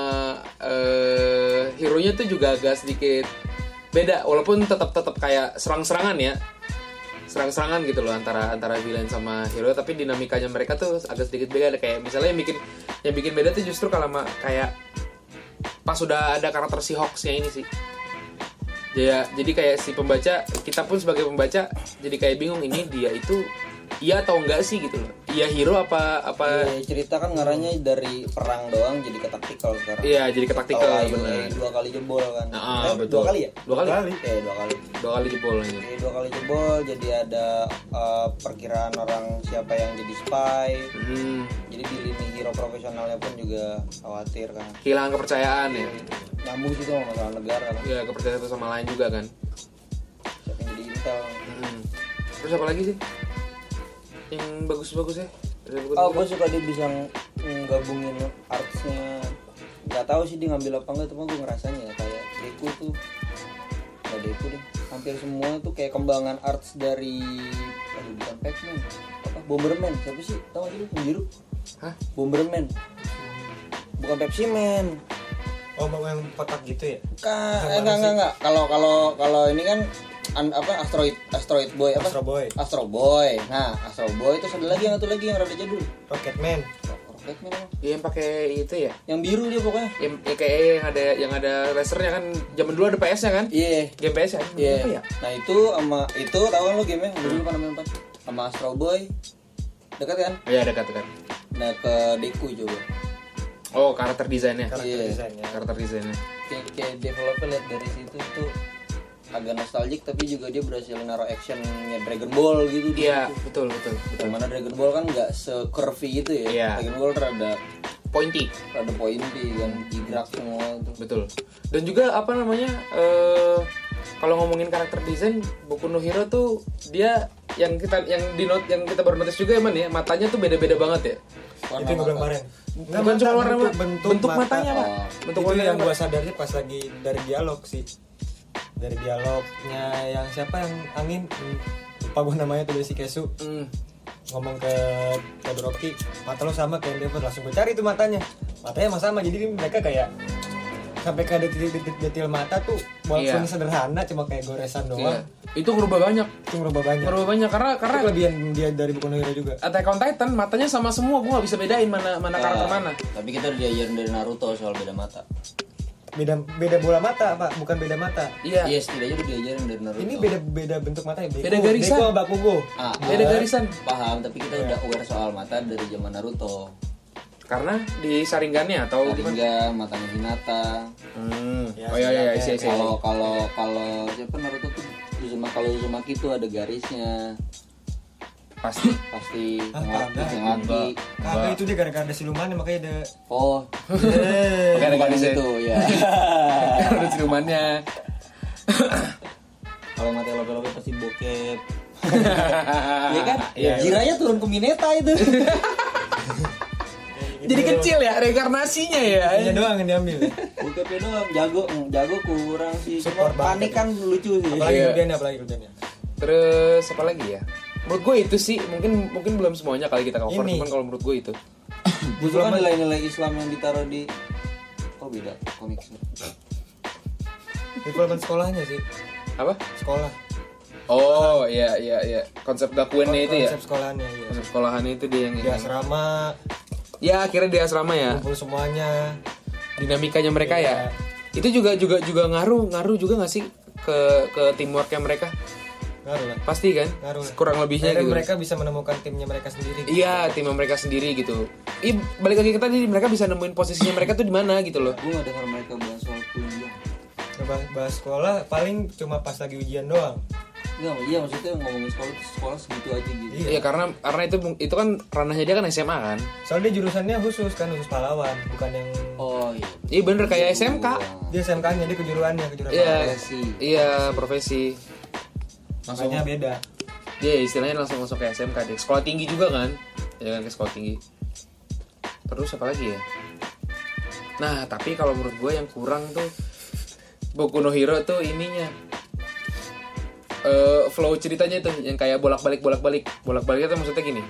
eh hero-nya tuh juga agak sedikit beda, walaupun tetap tetap kayak serang-serangan ya. Serang-serangan gitu loh antara antara villain sama hero, tapi dinamikanya mereka tuh agak sedikit beda. Kayak misalnya yang bikin yang bikin beda tuh justru kalau ma- kayak pas sudah ada karakter si Hawks-nya ini sih. Ya, jadi kayak si pembaca, kita pun sebagai pembaca jadi kayak bingung ini dia itu iya atau enggak sih gitu loh. Iya hero apa apa Iya, cerita kan ngarahnya dari perang doang jadi ke taktikal sekarang. Iya, jadi ke taktikal, Setelah bener. U A dua kali jebol kan. Ah, Eh, betul. Dua kali ya? Dua kali. Kali. Eh, dua kali. Dua kali jebol aja. Oke, dua kali jebol jadi ada uh, perkiraan orang siapa yang jadi spy. Hmm, Jadi di lini hero profesionalnya pun juga khawatir kan. kehilangan kepercayaan ya. Nyambung sih sama masalah negara kan. Ya, kepercayaan satu sama lain juga kan. Siapa yang jadi intel. Hmm. Terus apa lagi sih? Yang bagus-bagus ya? Ada bagus- Oh, gue suka dia bisa ng- gabungin artsnya. Gak tahu sih dia ngambil apa enggak, cuma gue ngerasanya ya kayak Deku tuh. Gak Deku deh. Hampir semua tuh kayak kembangan arts dari, aduh bukan Pac-Man, apa Bomberman, siapa sih? Tahu gak sih lu yang biru? Hah? Bomberman. Bukan Pepsi Man. Oh, mau yang kotak gitu ya? Bukan, Yang eh, mana enggak sih? enggak enggak. Kalau kalau kalau ini kan an, apa Asteroid Asteroid Boy apa? Astro Boy, Astro Boy. Nah, Astro Boy itu ada lagi yang satu lagi yang rada jadul. Rocketman. Rocketman apa? Iya, yang pakai itu ya. Yang biru dia pokoknya. Yang, yang kayak yang ada yang ada lasernya kan, zaman dulu ada P S-nya kan? Iya. Game P S ya? Iya. Apa ya? Nah, itu sama itu tahu kan lo game-nya? Gue dulu kan namanya apa? Sama Astro Boy. Dekat kan? Iya, dekat-dekat. Nah, ke Deku coba. Oh, karakter desainnya. Karakter Iya. desainnya. Karakter desainnya. Kayak, kayak developer lihat dari situ tuh agak nostalgic tapi juga dia berhasil naruh actionnya Dragon Ball gitu. di Iya, situ. betul, betul, betul. Yang mana Dragon Ball kan nggak se-curvy gitu ya. Iya. Dragon Ball rada Pointy. rada pointy kan, jigrak semua itu. Betul. Dan juga apa namanya? eh kalau ngomongin karakter desain, Boku no Hero tuh dia yang kita yang di note yang kita baru notice juga emang ya, matanya tuh beda-beda banget ya. Warna Itu yang gue bilang mata. kemarin. Bukan mata, cuma warna bentuk, ma- bentuk, bentuk mata. matanya, Pak. Oh. Bentuk Itu warnanya, yang Pak. gue sadari pas lagi dari dialog sih. Dari dialognya yang siapa yang angin, Hmm, lupa gue namanya tuh, dari si Kesu. Hmm. Ngomong ke Todoroki, mata lo sama kayak Endeavor. Langsung gue cari tuh matanya. Matanya emang sama, jadi mereka kayak sampai ke detail mata tuh walaupun Iya. sederhana, cuma kayak goresan doang. Iya. Itu ngerubah banyak. Itu merubah banyak. Ngerubah banyak karena karena Itu kelebihan dia dari Boku no Hero juga. Attack on Titan matanya sama semua, gue gak bisa bedain mana mana karakter Nah, mana. Tapi kita udah diajarin dari Naruto soal beda mata. Beda beda bola mata, Pak, bukan beda mata. Iya. Iya, setidaknya udah diajarin dari Naruto. Ini beda beda bentuk mata ya. Deku, Beda garisan. Deku sama Bakugo. Ah, Beda ah, garisan. Paham, tapi kita udah aware soal mata dari zaman Naruto. Karena di Sharingannya atau gimana? Sharingan, matanya Hinata. Hmm. Ya Ya, Oh iya iya iya, iya, iya. Kalau kalau kalau siapa Naruto tuh Uzumaki, kalau Uzumaki tuh ada garisnya. Pasti. Pasti Ah, yang laki, kagak. yang laki. Kagak itu dia gara-gara ada siluman makanya ada Oh, Eh, Pakai ada bukan garisnya. itu ya. Ada ciumannya. Kalau mati lobe-lobe pasti bokep. Iya kan? Iya, iya. Jiranya turun ke Mineta itu. Jadi kecil ya reinkarnasinya ya. Ini doang yang diambil. Bokepnya doang, jago, mm, jago kurang sih. Cuma Support banget. panik kan lucu sih. Apalagi Iya. kerjanya, apalagi kerjanya. Terus apa lagi ya? Menurut gue itu sih mungkin mungkin belum semuanya kali kita cover, Ini. cuman kalau menurut gue itu. Itu kan nilai-nilai Islam yang ditaruh di oh beda komik. Development sekolahnya sih. Apa? Sekolah. Oh iya iya iya. Konsep gakuennya itu ya. Konsep sekolahannya ya. Konsep sekolahannya itu dia yang Di asrama, Ya akhirnya di asrama ya. kumpul semuanya. Dinamikanya mereka ya. Itu juga juga juga ngaruh ngaruh juga nggak sih ke ke teamworknya mereka? Ngaruh lah. Pasti kan? Ngaruh lah. Kurang lebihnya Akhirnya gitu. mereka bisa menemukan timnya mereka sendiri. gitu. Iya, tim mereka sendiri gitu. Ih, balik lagi ke tadi mereka bisa nemuin posisinya mereka tuh di mana gitu loh. Gue gak dengar mereka bahas soal kuliah. Bahas, bahas sekolah paling cuma pas lagi ujian doang. Enggak, iya maksudnya ngomongin sekolah tuh sekolah segitu aja gitu. Iya. Iya, karena karena itu itu kan ranahnya dia kan S M A kan. Soalnya dia jurusannya khusus kan, khusus pahlawan, bukan yang Oh iya. Iya bener kayak S M K. dia S M K-nya, dia kejuruannya, kejuruan Iya. pahlawan. Profesi. Iya, profesi. Langsung Makanya beda. dia istilahnya langsung masuk ke S M K deh. Sekolah tinggi juga kan? Ya kan ke sekolah tinggi. Terus apa lagi ya? Nah, tapi kalau menurut gue yang kurang tuh Boku no Hero tuh ininya. Eh, flow ceritanya tuh yang kayak bolak-balik bolak-balik. Bolak-baliknya tuh maksudnya gini.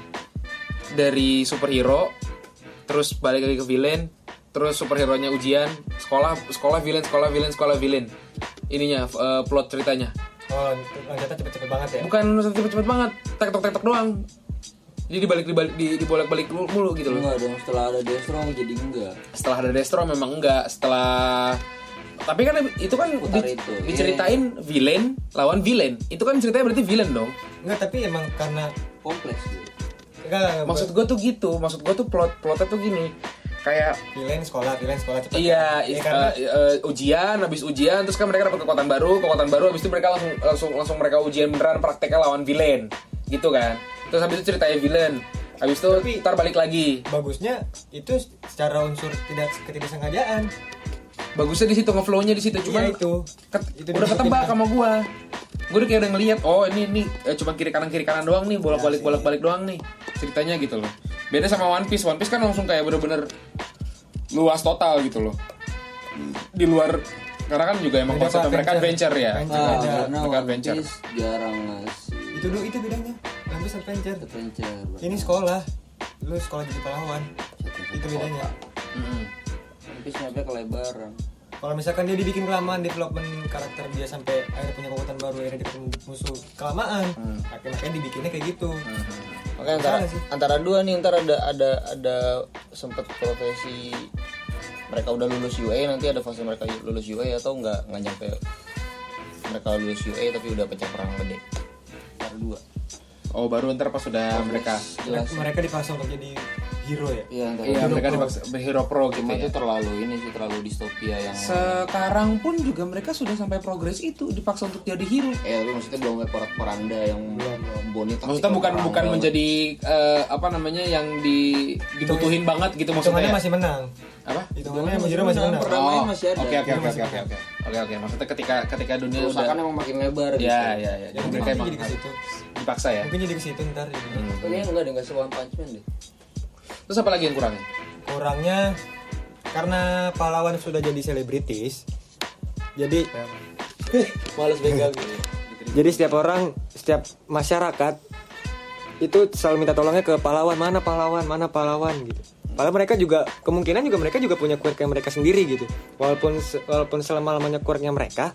Dari superhero terus balik lagi ke villain, terus superhero-nya ujian, sekolah sekolah villain, sekolah villain, sekolah villain. Ininya eh, plot ceritanya. Oh, lanjutnya cepet-cepet banget ya. Bukan cepet-cepet banget, tek-tok-tek-tok doang. Jadi dibalik dibalik di dibolak-balik mulu, mulu gitu loh. Enggak dong, setelah ada Destro jadi enggak. Setelah ada Destro memang enggak, setelah tapi kan itu kan Putar di- itu, diceritain villain lawan villain. Itu kan ceritanya berarti villain dong. Enggak, tapi emang karena Kompleks gitu. enggak Maksud gue tuh gitu, maksud gue tuh plot plotnya tuh gini. Kayak villain sekolah, villain sekolah cepet. iya, ya, is- karena eh, eh, ujian, habis ujian terus kan mereka dapat kekuatan baru, kekuatan baru habis itu mereka langsung langsung langsung mereka ujian beneran prakteknya lawan villain. Gitu kan. Terus habis itu ceritanya villain. Habis itu Tapi- ntar balik lagi. bagusnya itu secara unsur tidak ketidaksengajaan. Bagusnya di situ, ngeflow-nya di situ. Cuman Iya, itu. ket- Itu udah disebutin ketebak kan. sama gua. Gua udah kayak udah ngeliat, oh ini ini eh, cuma kiri kanan kiri kanan doang nih, bolak balik bolak balik doang nih ceritanya gitu loh. Beda sama One Piece. One Piece kan langsung kayak bener-bener luas total gitu loh. Di luar karena kan juga emang Beda, konsep Pak, mereka adventure. adventure ya. Adventure. Nah, ada. karena Mereka One adventure. Piece jarang ngasih Itu dulu itu bedanya. Habis adventure. adventure. Ini sekolah. Lu sekolah jadi pahlawan. Satu-satu Itu bedanya. kota. Mm-mm. One Piece nyampe kelebaran. Kalau misalkan dia dibikin kelamaan development karakter dia sampai akhirnya punya kekuatan baru, akhirnya dia ketemu musuh kelamaan, Hmm. makanya makanya dibikinnya kayak gitu. Makanya antara Salah sih. antara dua nih, ntar ada ada ada sempet profesi mereka udah lulus U A, nanti ada fase mereka lulus U A atau enggak nggak nyampe mereka lulus U A tapi udah pecah perang gede. Antara dua. Oh baru ntar pas sudah mereka Jelas. Mereka dipaksa untuk jadi hero ya. Iya, antara iya dua. mereka dipaksa hero pro gitu Cuma ya. itu terlalu ini sih terlalu distopia yang Sekarang pun juga mereka sudah sampai progres itu dipaksa untuk jadi hero. eh tapi maksudnya belum kayak porak-poranda yang Bonnie taktikal Maksudnya bukan perang bukan banget. menjadi eh, apa namanya yang di dibutuhin banget gitu maksudnya. Hitungannya ya? masih menang. Apa? Hitungannya masih hero masih menang. Perdamaian masih ada. Oke oke oke Masih oke oke oke. Oke oke. Maksudnya ketika ketika dunia Kerusakan udah emang makin lebar gitu. ya ya ya. Ya, Jadi mungkin mereka emang jadi ke situ. dipaksa ya. Mungkin jadi ke situ ntar. Gitu. Hmm. Kayaknya enggak deh, enggak se-One Punch Man deh. Terus apa lagi yang kurangnya? Kurangnya karena pahlawan sudah jadi selebritis. Jadi Males pegang gitu. jadi setiap orang, setiap masyarakat itu selalu minta tolongnya ke pahlawan, mana pahlawan, mana pahlawan gitu. Padahal mereka juga kemungkinan juga mereka juga punya quirk mereka sendiri gitu. Walaupun walaupun selama-lamanya quirknya mereka,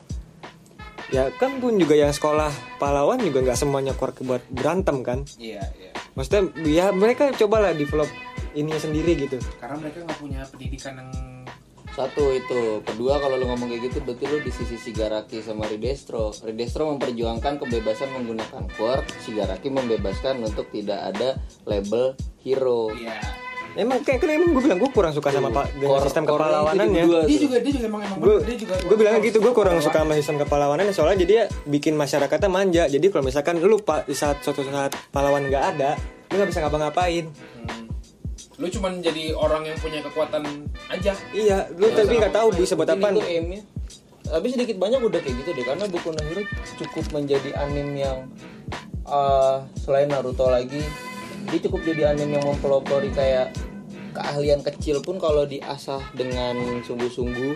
ya kan pun juga yang sekolah pahlawan juga nggak semuanya quirk buat berantem kan. Iya iya. Maksudnya ya mereka cobalah develop ininya sendiri gitu. Karena mereka nggak punya pendidikan yang Satu itu, kedua kalau lu ngomong kayak gitu berarti lu di sisi Shigaraki sama Ridestro. Ridestro memperjuangkan kebebasan menggunakan quirk, Shigaraki membebaskan untuk tidak ada label hero. iya. Emang kayak kan emang gue bilang gue kurang suka sama pak dengan Core- sistem core-nya itu kepalawanannya. di berdua. Dia juga dia juga emang emang Gue dia juga gue bilang gitu, gue kurang suka sama sistem kepalawanannya soalnya jadi dia bikin masyarakatnya manja. Jadi kalau misalkan lu pak di saat suatu saat pahlawan nggak ada, lu nggak bisa ngapa-ngapain. Hmm. Lu cuman jadi orang yang punya kekuatan aja. Iya, lu Ya, tapi sama nggak tahu apa, bisa buat Mungkin apaan. itu aimnya. Tapi sedikit banyak udah kayak gitu deh, karena Boku no Hero cukup menjadi anime yang uh, selain Naruto lagi, dia cukup jadi anime yang mempelopori kayak keahlian kecil pun kalau diasah dengan sungguh-sungguh,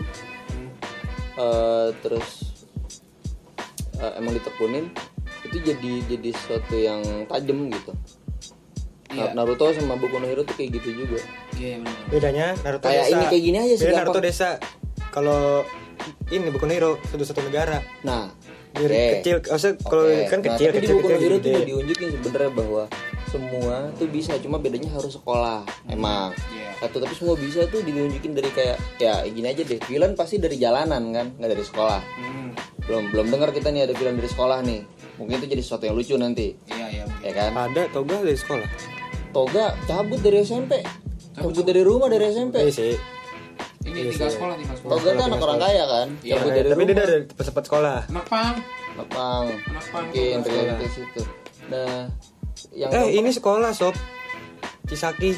uh, terus uh, emang ditekunin, itu jadi jadi sesuatu yang tajam gitu. Iya. Naruto sama Boku no Hero tuh kayak gitu juga. Iya benar. Bedanya Naruto Kayak desa. ini kayak gini aja sih, Beda gampang. Naruto desa. Kalau ini Boku no Hero satu-satu negara. Nah, Biar oke. kecil, maksudnya kalau Oke. kan Nah, kecil, tapi kecil, di Boku no kecil, Hero gede. tuh udah diunjukin sebenarnya bahwa semua tuh bisa, cuma bedanya harus sekolah. Emang. Iya. Satu tapi semua bisa tuh diunjukin dari kayak ya gini aja deh. Villain pasti dari jalanan kan, nggak dari sekolah. Hmm. Belum belum dengar kita nih ada villain dari sekolah nih. Mungkin itu jadi sesuatu yang lucu nanti. Iya iya. Ya kan? Ada Toga dari sekolah. Toga cabut dari S M P. Cabut dari rumah dari S M P. Iya sih. Ini Iya, tinggal sih. sekolah tinggal sekolah. Toga tuh anak orang kaya kan. Iya. Cabut dari Tapi dia rumah. udah cepet-cepet sekolah. Anak pang. Lapang. Anak pang. Mungkin Toga. relate ke situ. Nah, yang Eh ini sekolah sob. Cisaki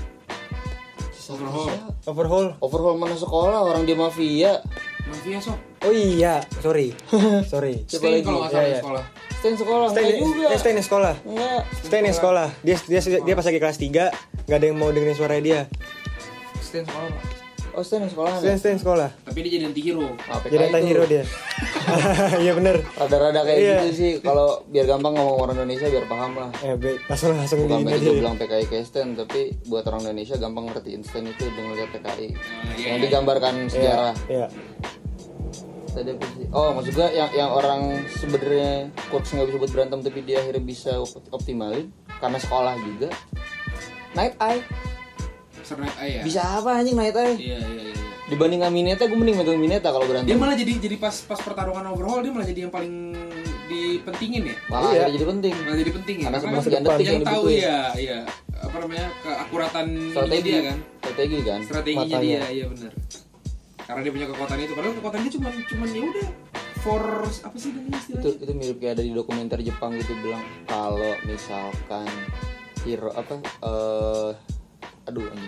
Overhaul. Overhaul. Overhaul mana sekolah, orang dia mafia. Mafia sok. Oh iya, sorry. Sorry. Siapa Stay lagi? kalau nggak Iya, salah di iya. sekolah. Stain sekolah Stay enggak juga. dia stay di sekolah. Enggak. Stay di sekolah. Dia dia dia pas lagi kelas tiga, enggak ada yang mau dengerin suara dia. Stay sekolah Pak. Oh, Stain sekolah. Stay stay di sekolah. Tapi dia jadi anti-hero. Ah, P K I Jadi anti hero tuh dia. Iya bener. Rada-rada kayak Iya. gitu sih. Kalau biar gampang ngomong orang Indonesia biar paham lah. Eh, be- langsung langsung Bukan di berarti aja. gue bilang P K I kayak Stain, tapi buat orang Indonesia gampang ngertiin Stain itu dengan lihat P K I. iya, yang iya. digambarkan sejarah. Iya. Tadi apa sih? Oh, maksud gue yang yang orang sebenarnya Quirks nggak bisa buat berantem tapi dia akhirnya bisa op- optimalin karena sekolah juga. Night Eye. Sernet A ya. Bisa apa anjing Night Eye? Iya iya iya. Dibanding Mineta, gue mending megang Mineta kalau berantem. Dia malah jadi jadi pas pas pertarungan overhaul dia malah jadi yang paling dipentingin ya. Malah Iya. akhirnya jadi penting. Malah jadi penting ya. Karena Karena semua masa sekian depan. detik yang yang tahu dibutuhin. ya, iya apa namanya keakuratan Strategi dia kan. Strategi kan. Strateginya Matanya. dia, iya benar. Karena dia punya kekuatan itu. Padahal kekuatan dia cuma cuma ya udah force apa sih namanya itu istilahnya? itu mirip kayak ada di dokumenter Jepang gitu bilang kalau misalkan hero apa eh aduh anjing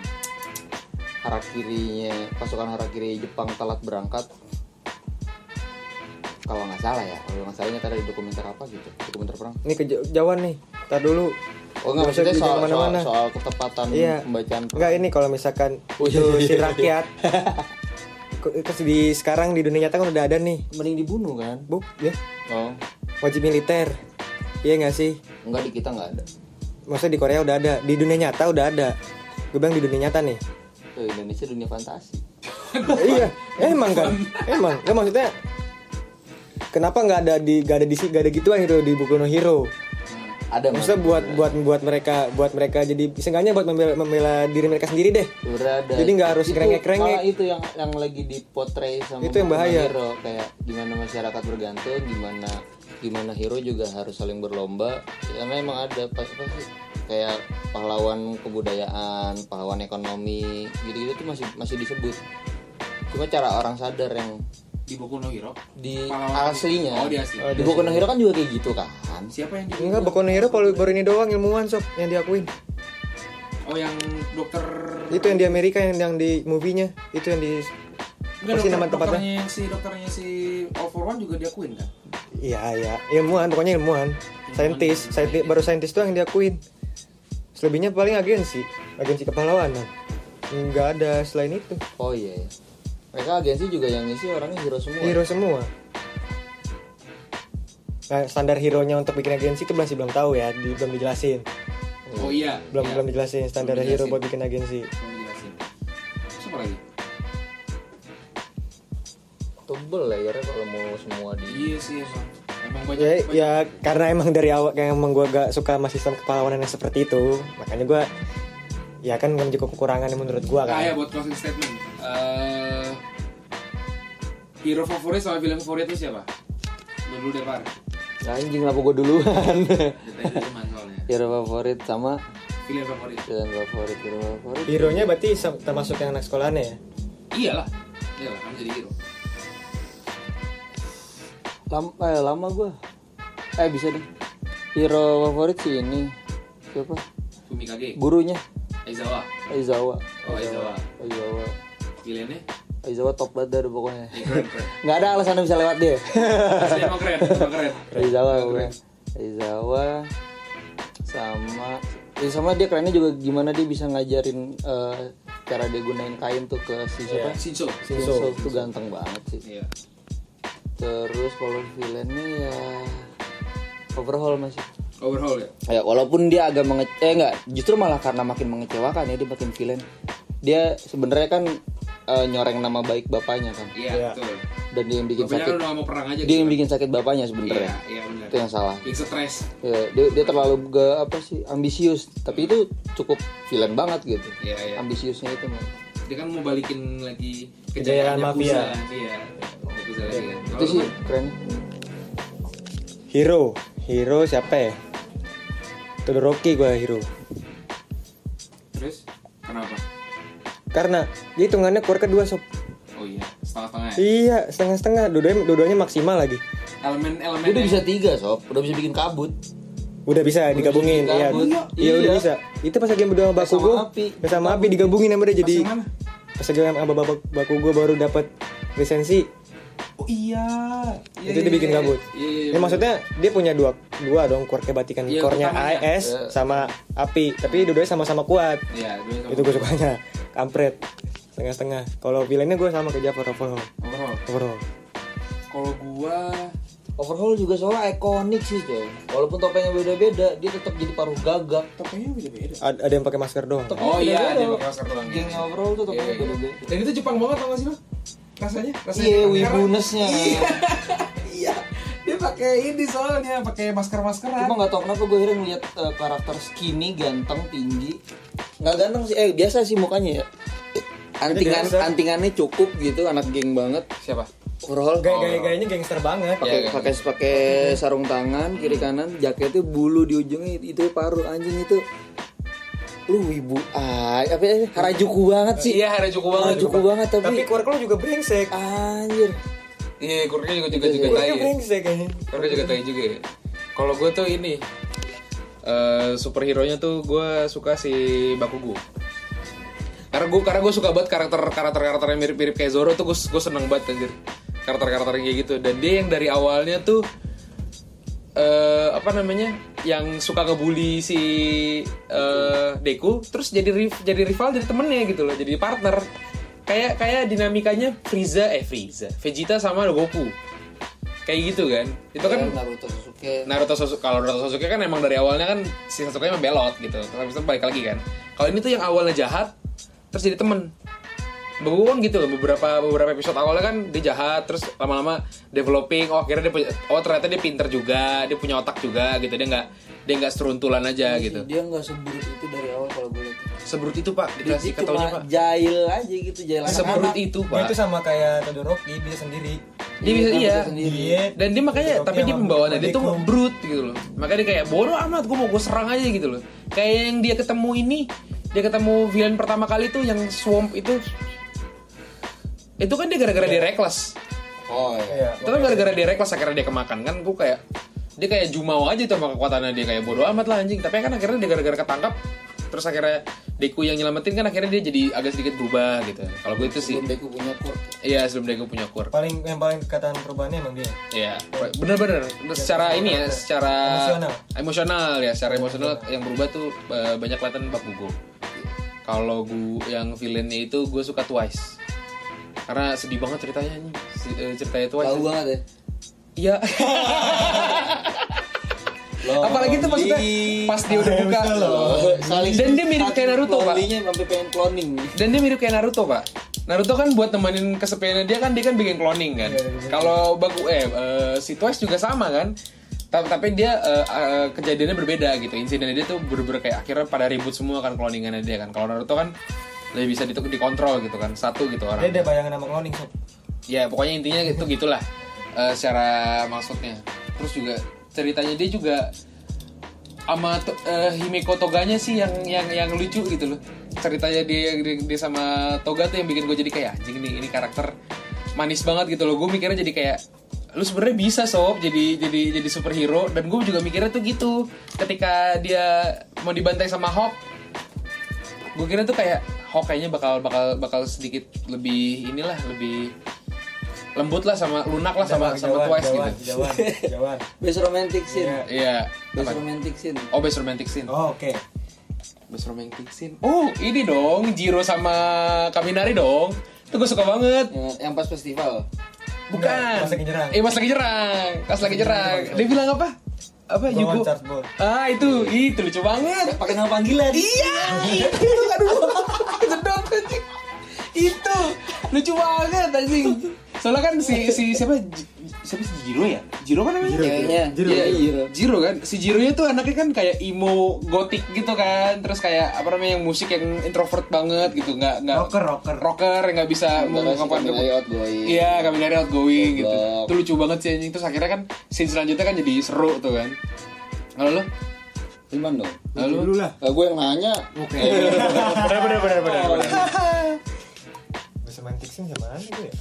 harakirinya pasukan harakiri Jepang telat berangkat kalau nggak salah ya kalau nggak salahnya tadi di dokumenter apa gitu dokumenter perang Ini kejauhan nih. Tar dulu. oh nggak Nggak usah maksudnya soal, soal, kemana-mana. soal ketepatan Iya. pembacaan perang. Enggak ini kalau misalkan Oh, iya, itu iya, si iya. rakyat. Terus di sekarang di dunia nyata kan udah ada nih. mending dibunuh kan Bu, ya. oh Wajib militer. Iya nggak sih? enggak di kita nggak ada Maksudnya di Korea udah ada, di dunia nyata udah ada. Gue bilang di dunia nyata nih. Tuh, Indonesia dunia fantasi Iya, emang kan, emang. Ya maksudnya kenapa nggak ada di nggak ada di nggak ada gituan gitu di Boku no Hero? ada Maksudnya Mas. buat buat buat mereka buat mereka jadi seenggaknya buat membela, membela diri mereka sendiri deh. Udah ada. Jadi nggak harus Itu ngerengek-rengek. malah itu yang yang lagi dipotret sama Itu yang Boku no bahaya. Hero kayak gimana masyarakat bergantung, gimana gimana hero juga harus saling berlomba. Karena emang ada apa, apa sih kayak pahlawan kebudayaan, pahlawan ekonomi, gitu-gitu tuh masih masih disebut. Cuma cara orang sadar yang Di Boku no Hero. di Pahlawan- aslinya. Oh, di asli. Di Boku no Hero kan juga kayak gitu kan. Siapa yang di Enggak, Boku no Hero baru baru ini doang ilmuwan sob yang diakuin. Oh yang dokter Itu yang di Amerika yang yang di movie-nya, itu yang di Enggak, apa sih dokter, nama tempatnya? dokternya yang si dokternya si All for One juga diakuin kan? Iya, iya, ilmuwan, pokoknya ilmuwan. Saintis, saintis baru saintis doang yang diakuin. Selebihnya paling agensi, agensi kepahlawanan. Enggak ada selain itu. Oh iya. iya. Mereka agensi juga yang ngisi orangnya hero semua. Hero semua. Nah, standar hero-nya untuk bikin agensi itu masih belum tahu ya, di, belum dijelasin. Oh iya. Belum iya. belum dijelasin standar Belum hero dijelasin. buat bikin agensi. Belum dijelasin. Terus apa lagi? Tebel lah ya kalau mau semua di Iya sih emang. Emang banyak. Ya, banyak. ya karena emang dari awal kayak emang gue gak suka sama sistem kepahlawanan yang seperti itu, makanya gue ya kan menunjuk kekurangan menurut gue Ah kan. ya buat closing statement. Eh hero favorit sama villain favorit itu siapa? Lu dulu deh Par. anjing apa gue duluan. Kita itu teman soalnya. Hero favorit sama Villain favorit. Villain favorit, hero favorit. Hero-nya berarti sam- termasuk yang anak sekolahannya ya? Iyalah. Iyalah kan jadi hero. Lama, eh, lama gue. Eh bisa deh. Hero favorit sih ini. Siapa? Fumikage. Gurunya. Aizawa. Aizawa. Oh, Aizawa. Aizawa. Villainnya? Aizawa top banget dah pokoknya. Ya, keren, keren. Nggak ada alasan bisa lewat dia. Asli emang keren, emang keren. Aizawa Keren. pokoknya. Aizawa sama ya sama dia kerennya juga gimana dia bisa ngajarin eh, cara dia gunain kain tuh ke si siapa? Shinso. Shinso tuh ganteng banget sih. Iya. Terus kalau villainnya ya overhaul masih. Overhaul ya? Ya walaupun dia agak menge eh enggak, justru malah karena makin mengecewakan ya dia makin villain. Dia sebenarnya kan eh, nyoreng nama baik bapaknya kan. Iya, Iya. betul. Dan dia yang bikin Bapaknya sakit. udah mau perang aja Dia gitu yang kan? bikin sakit bapaknya sebenarnya. Iya, iya benar. Itu yang salah. Yang stres. Ya, dia dia terlalu gak apa sih ambisius, tapi itu cukup villain banget gitu. Iya, iya. Ambisiusnya itu mah. Dia kan mau balikin lagi Kejayaan mafia. Iya. Yakuza lagi kan. Itu Kalau sih lu, keren. Hero, hero siapa ya? Todoroki gue hero. terus kenapa? Karena dia hitungannya core kedua sob. Oh iya, setengah-setengah ya. Iya, setengah-setengah. Dua-duanya, dua-duanya maksimal lagi. Elemen-elemen Dia udah bisa tiga sob, udah bisa bikin kabut. Udah bisa digabungin, bisa iya. digabung. Iya, udah Iya. bisa. Itu pas lagi berdua sama Pas sama Bakugo, Api. pas sama Api digabungin sama dia jadi. Pas yang mana? Pas lagi sama Bak- Bakugo baru dapat lisensi, Oh iya. Iya, itu iya, dibikin iya. kabut. Iya, iya. Ya maksudnya dia punya dua dua dong core kebatikan, Iya, core-nya utamanya. A S sama Api, tapi dua-duanya sama-sama kuat. Iya, dua sama. Itu gue sukanya. Kampret. Setengah-setengah. Kalau villainnya gue sama ke Jafar overall. Overall. Overall. Kalau gua Overhaul juga soalnya ikonik sih coy. Walaupun topengnya beda-beda, dia tetap jadi paruh gagak. topengnya beda-beda. Ada, ada yang pakai masker doang. Topengnya Oh iya, beda-beda. dia pakai masker doang. ya. Gengnya overhaul tuh topengnya Iya, iya. beda-beda. Dan itu Jepang banget tau gak sih lo? Rasanya? Rasanya Iya, Jepang. wibunesnya. Iya. Iya. Dia pakai ini soalnya, pakai masker-maskeran. Cuma nggak tahu kenapa gue akhirnya ngeliat uh, karakter skinny, ganteng, tinggi. Nggak ganteng sih, eh biasa sih mukanya ya. Antingan, biasa. antingannya cukup gitu, anak geng banget. Siapa? Overhaul Gaya gaya gayanya gangster banget. pakai Iya, pakai pakai sarung tangan kiri kanan, jaketnya bulu di ujungnya itu paruh anjing itu. Lu wibu ah apa ya, Harajuku banget sih. Iya, Harajuku banget. Harajuku banget tapi, Tapi core lo juga brengsek. anjir. Iya, kurnya juga juga juga Core-nya tai. ya. brengsek kayaknya. Kurnya juga tai juga ya. Kalau gue tuh ini eh superhero-nya tuh gue suka si Bakugo. Karena gue karena gue suka banget karakter karakter karakter yang mirip-mirip kayak Zoro tuh gue gue seneng banget anjir. Karakter-karakter kayak gitu, dan dia yang dari awalnya tuh eh apa namanya yang suka ngebully si eh, Deku, terus jadi riv- jadi rival dari temennya gitu loh, jadi partner. Kayak kayak dinamikanya Frieza eh Frieza Vegeta sama Goku kayak gitu kan. Itu kan Naruto Sasuke. Naruto Sasuke. Kalau Naruto Sasuke kan emang dari awalnya kan si Sasuke emang belot gitu, terus itu balik lagi kan. Kalau ini tuh yang awalnya jahat terus jadi temen. Bagus kan gitu loh, beberapa beberapa episode awalnya kan dia jahat, terus lama-lama developing, oh akhirnya dia punya, oh ternyata dia pinter juga, dia punya otak juga gitu, dia nggak dia nggak seruntulan aja gitu. Dia nggak seburuk itu dari awal kalau gue lihat. Seberut itu pak, Dia dikasih cuma ketaunya pak. jahil aja gitu, jahil Seberut anak-anak. itu Dia pak. itu sama kayak Todoroki, bisa sendiri. Dia bisa Dia iya. bisa sendiri. Diet. Dan dia makanya, Todoroki tapi dia sama pembawaannya dia tuh Deku. brute gitu loh. Makanya dia kayak bodoh amat, gue mau gue serang aja gitu loh. Kayak yang dia ketemu ini, dia ketemu villain pertama kali tuh yang Swamp itu, itu kan dia gara-gara dia reckless. Oh iya. Iya. Itu kan gara-gara dia reckless akhirnya dia kemakan kan. Gue kayak dia kayak Jumao aja tuh sama kekuatannya, dia kayak bodoh amat lah anjing. Tapi kan akhirnya dia gara-gara ketangkap, terus akhirnya Deku yang nyelamatin kan, akhirnya dia jadi agak sedikit berubah gitu. Kalau gue itu sih, Sebelum Deku punya quirk. iya sebelum Deku punya quirk. Paling yang paling kelihatan perubahannya emang dia. Iya, bener-bener. Secara ini ya, secara Emosional. emosional ya, secara emosional yang berubah tuh eh, banyak kelihatan Bakugo. Kalau gue yang villainnya itu gue suka Twice. Karena sedih banget ceritanya nih, si- eh, ceritanya Twice. Tahu banget ya. Iya. Apalagi tuh maksudnya pas dia udah buka Saling dan dia mirip kayak Naruto pak. Cloningnya sampai pengen cloning. Dan dia mirip kayak Naruto pak. Naruto kan buat nemenin kesepiannya dia kan dia kan bikin cloning kan. Kalau Baku eh eh, si Twice juga sama kan. Ta- Tapi dia eh, eh, kejadiannya berbeda gitu. Insidennya dia tuh bener-bener kayak akhirnya pada ribut semua kan cloningannya dia kan. Kalau Naruto kan lebih bisa dituk- dikontrol gitu kan. Satu gitu orang. Dia ada bayangan nama cloning sob. Ya pokoknya intinya itu gitulah eh, secara maksudnya. Terus juga ceritanya dia juga sama uh, Himeko Toganya sih yang yang yang lucu gitu loh. Ceritanya dia, dia dia sama Toga tuh yang bikin gue jadi kayak anjing nih, ini karakter manis banget gitu loh. Gue mikirnya jadi kayak lu sebenarnya bisa sob jadi jadi jadi superhero, dan gue juga mikirnya tuh gitu ketika dia mau dibantai sama Hawk. Gue kira tuh kayak Hawk kayaknya bakal bakal bakal sedikit lebih inilah, lebih lembut lah sama lunak lah sama sama Twice gitu. Jawan, jawan. Best romantic scene. Iya. Best Apa? romantic scene. Oh, best romantic scene. Oh, oke. Okay. Best romantic scene. Oh, ini dong Jiro sama Kaminari dong. Itu gue suka banget. Yang, yang pas festival. Bukan. Enggak, pas lagi nyerang. Eh, pas lagi nyerang. Pas lagi nyerang. Dia bilang apa? Apa Yugo? Ah, itu. Itu lucu banget. Pakai nama panggilan. Iya. Itu aduh. Sedot anjing. Itu lucu banget anjing. Soalnya kan si si siapa siapa si Jiro ya? Jiro kan namanya? Kayaknya. Jiro. Iya, Jiro. Jiro kan. Si Jironya tuh anaknya kan kayak emo gotik gitu kan. Terus kayak apa namanya yang musik yang introvert banget gitu, enggak enggak Rocker, rocker. rocker yang enggak bisa mengungkapkan Kaminari outgoing. Iya, Kaminari outgoing gitu. Goblok. Itu lucu banget sih anjing. Terus akhirnya kan scene selanjutnya kan jadi seru tuh kan. Kalau lo? Iman dong. Lalu Dulu lah. Lah gue yang nanya. Oke. benar benar benar benar. Bisa romantic scene sama mana itu ya?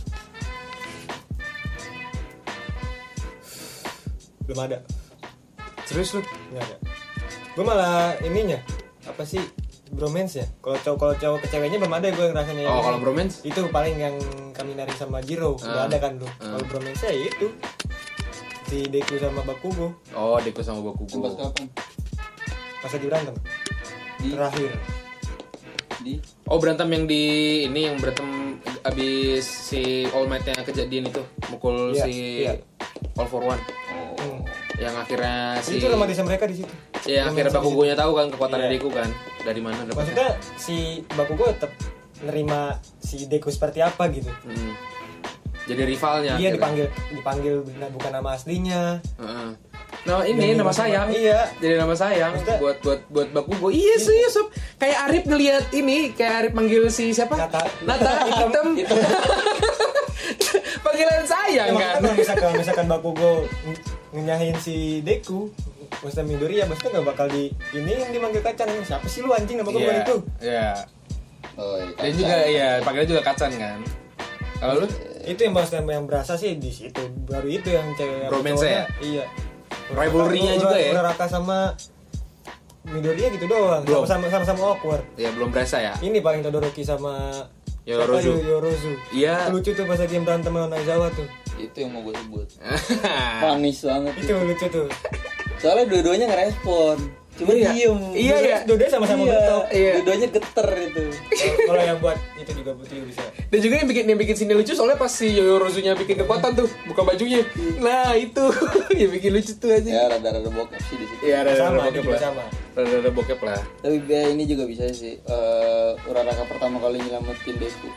Belum ada. Serius lu? Enggak ada. Gue malah ininya apa sih? Bromance ya. Kalau cowok kalau cowok ke ceweknya belum ada gue rasanya. Oh, kalau bromance? Itu paling yang Kaminari sama Jiro. Udah Ah. ada kan lu. Ah. Kalau bromance ya itu si Deku sama Bakugo Oh, Deku sama Bakugo. Pas kapan? pas lagi berantem Di terakhir. di Oh, berantem yang di ini yang berantem abis si All Might-nya kejadian itu mukul Iya, si iya. All for One. Hmm. Yang akhirnya si Itu romantisnya mereka di situ. ya akhirnya Romantis di Bakugonya tahu kan kekuatannya Iya. Deku kan. Dari mana situ. dapatnya? Maksudnya si Bakugo tetap nerima si Deku seperti apa gitu. Hmm. Jadi rivalnya. Iya akhirnya. dipanggil dipanggil bukan nama aslinya. Heeh. Nah, ini Dan nama sama- sayang. Iya. Jadi nama sayang Maksudnya- buat buat buat Bakugo. Iya sih, iya, sob. Kayak Arif ngelihat ini, kayak Arif manggil si siapa? Nata. Nata hitam. Panggilan sayang Ya, kan. makanya kalau misalkan misalkan Bakugo ng- ngenyahin si Deku, Master Midoriya, pasti nggak bakal di ini yang dimanggil Kacan. Siapa sih lu anjing nama gue bukan itu? Iya. oh, iya, Dan kacan. juga iya, panggilnya juga Kacan kan. Kalau lu Itu yang bahas yang berasa sih di situ. Baru itu yang cewek Bromance cowoknya, ya? Iya. Rivalry-nya juga ya? Uraraka sama Midoriya gitu doang. Belum. Sama sama sama awkward. ya belum berasa ya. Ini paling Todoroki sama Yorozu. siapa? Yorozu. Iya. Itu lucu tuh pas lagi berantem sama Naizawa tuh. Itu yang mau gue sebut. Manis banget. Itu lucu tuh. Soalnya dua-duanya ngerespon. Cuma Iya. diem. Iya, iya. Dua-duanya sama-sama Iya, getok. Iya. Dua-duanya geter itu. Kalau- Kalau yang buat itu juga butuh bisa. Dan juga yang bikin yang bikin sini lucu soalnya pas si Yorozunya bikin kekuatan tuh, buka bajunya. Nah, itu yang bikin lucu tuh aja. Ya rada-rada bokep sih di situ. Iya, ada ada Sama, bokep dia juga lah. sama. Ada ada bokep lah. Tapi ya, ini juga bisa sih. Eh Uraraka pertama kali nyelamatin Deku.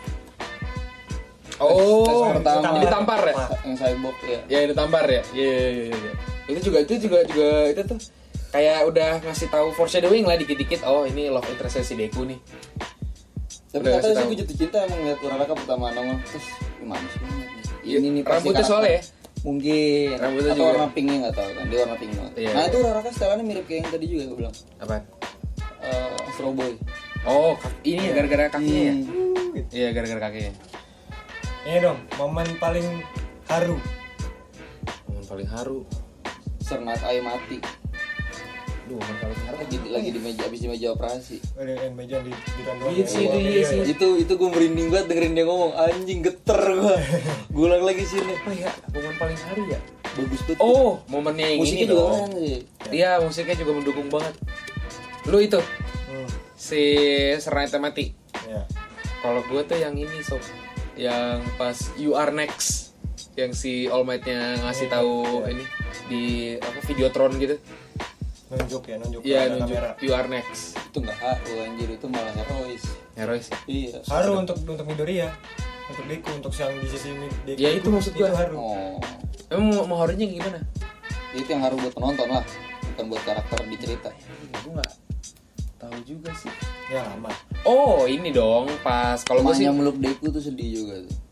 Oh, Tes pertama. ini tampar ya? Yang cyborg ya. Ya, ini tampar ya. Iya, iya, iya, iya. Itu juga itu juga juga itu tuh kayak udah ngasih tahu foreshadowing lah dikit-dikit. Oh, ini love interest si Deku nih. Tapi Udah kata kasih sih tahu. gue jatuh cinta emang liat Uraraka pertama nongol. Terus gimana sih banget nih. Iya, Ini nih pasti rambutnya karakter. soalnya ya? Mungkin. Rambutnya Atau juga. warna pinknya nggak tahu kan. Dia warna pink banget. Iya, Nah iya. itu Uraraka setelannya mirip kayak yang tadi juga gue bilang. Apa? Eh Astro Boy. Oh, kak- ini ya gara-gara kakinya ya? Hmm. Iya, gara-gara kakinya. Ini dong, momen paling haru. Momen paling haru. Sernat Ayo mati. Duh, momen paling haru. Lagi lagi di meja abis di meja operasi. Ada yang meja di di random. Iya sih, itu iya sih. Itu itu gue merinding banget dengerin dia ngomong, anjing geter gue. Gue ulang lagi sini. Apa ya? Momen paling haru ya? Bagus banget. Oh, momennya yang musiknya ini juga dong. keren sih. Iya, musiknya juga mendukung banget. Lu itu Hmm, si Serenite mati. ya. Kalau gue tuh yang ini sob, yang pas You Are Next, yang si All Might-nya ngasih Iya, tahu iya. ini di apa Videotron gitu. Nunjuk ya, nunjuk Iya, ke nunjuk kamera. You Are Next. Itu nggak haru anjir, itu malah herois. Herois ya. Iya. Haru untuk untuk Midoriya, untuk Deku, untuk yang di sisi Deku. Ya, itu maksud gua. Itu haru. Oh, Emang mau, mau harunya gimana? itu yang haru buat penonton lah, bukan buat karakter di cerita. Gue nggak tahu juga sih. Ya lama. Oh, ini dong pas kalau gue sih Mamanya meluk Deku tuh sedih juga tuh.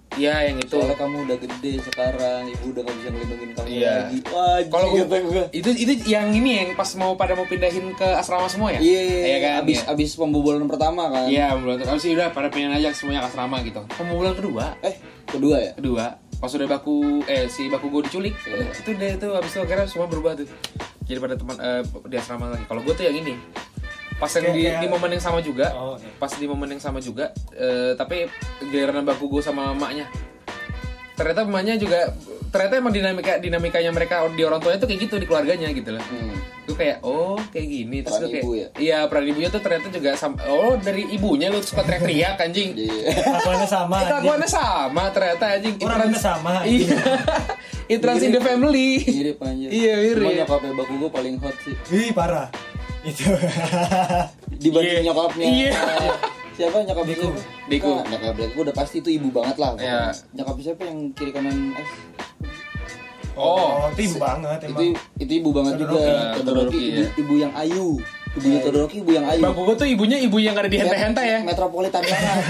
Iya yang itu. Soalnya kamu udah gede sekarang, ibu udah gak bisa ngelindungin kamu Iya. lagi. Wah, Kalau gitu gua, gua. itu itu yang ini yang pas mau pada mau pindahin ke asrama semua ya? Iya, Iya kan? abis Iya. abis pembobolan pertama kan. Iya, belum abis itu udah pada pindahin aja semuanya ke asrama gitu. Pembobolan kedua, Eh, kedua ya? kedua pas udah baku eh si baku gue diculik, Iya. itu deh itu abis itu akhirnya semua berubah tuh. Jadi pada teman eh, di asrama lagi. Kalau gue tuh yang ini. Pas yang di, Kayak- di momen yang sama juga, Oh, iya. pas di momen yang sama juga, eh, tapi giliran baku gue sama emaknya. Ternyata emaknya juga ternyata emang dinamika dinamikanya mereka di orang tuanya tuh kayak gitu di keluarganya gitu loh. Hmm. Gue kayak oh kayak gini terus Peran gue kayak ibu ya? iya peran ibunya tuh ternyata juga sama, oh dari ibunya lu suka teriak-teriak anjing. Iya. Kelakuannya sama. Eh, kelakuannya sama ternyata anjing. It Orangnya runs- sama. Iya. It runs in the family. Mirip anjir. Iya, mirip. Cuma nyokapnya baku gue paling hot sih. Wih parah. Itu. Dibanding Iya. nyokapnya. Iya. Siapa nyokapnya Diku. siapa? Diku. Nah, nyokap Diku udah pasti itu ibu banget lah. Iya. Nyokapnya siapa yang kiri kanan S? Oh, itu ibu banget emang. Itu itu ibu banget Todoroki. juga. Todoroki, Todoroki ibu, ya. ibu yang ayu. Ibunya Todoroki ibu yang ayu. Baku gue tuh ibunya ibu yang ada di hentai-hentai ya. Metropolitan banget.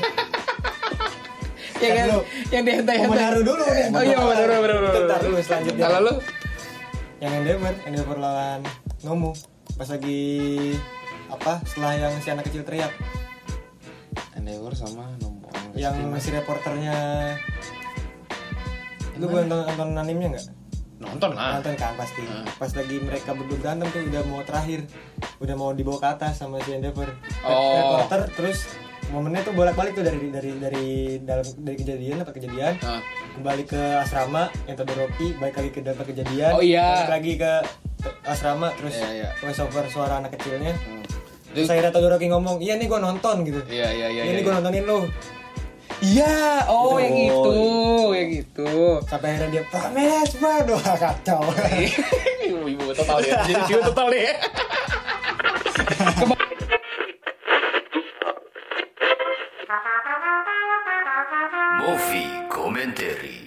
Yang kan, Dulu. yang di hentai-hentai. Menaruh dulu nih. Oh iya benar benar benar. Bentar dulu selanjutnya. Kalau lu Yang Endeavor, Endeavor lawan Nomu pas lagi apa setelah yang si anak kecil teriak, Endeavor sama nomor yang si reporternya, lu gue nonton, nonton animenya nggak? nonton lah. Nonton kan pasti. Ah. Pas lagi mereka berdua berantem tuh udah mau terakhir, udah mau dibawa ke atas sama si Endeavor. Oh. Reporter terus momennya tuh bolak-balik tuh dari dari dari dalam dari kejadian apa kejadian Ah. kembali ke asrama yang Todoroki, balik lagi ke dalam kejadian, Oh, iya. balik lagi ke asrama terus Iya, iya. voice over suara anak kecilnya. Hmm. Terus akhirnya Todoroki ngomong, iya nih gue nonton gitu. Iya iya iya. Ini iya. gue nontonin lu. Iya, oh Gitu. yang itu, yang itu. Sampai akhirnya dia promes, waduh kacau. Ibu total ya. Jadi ibu total nih. Movie Commentary.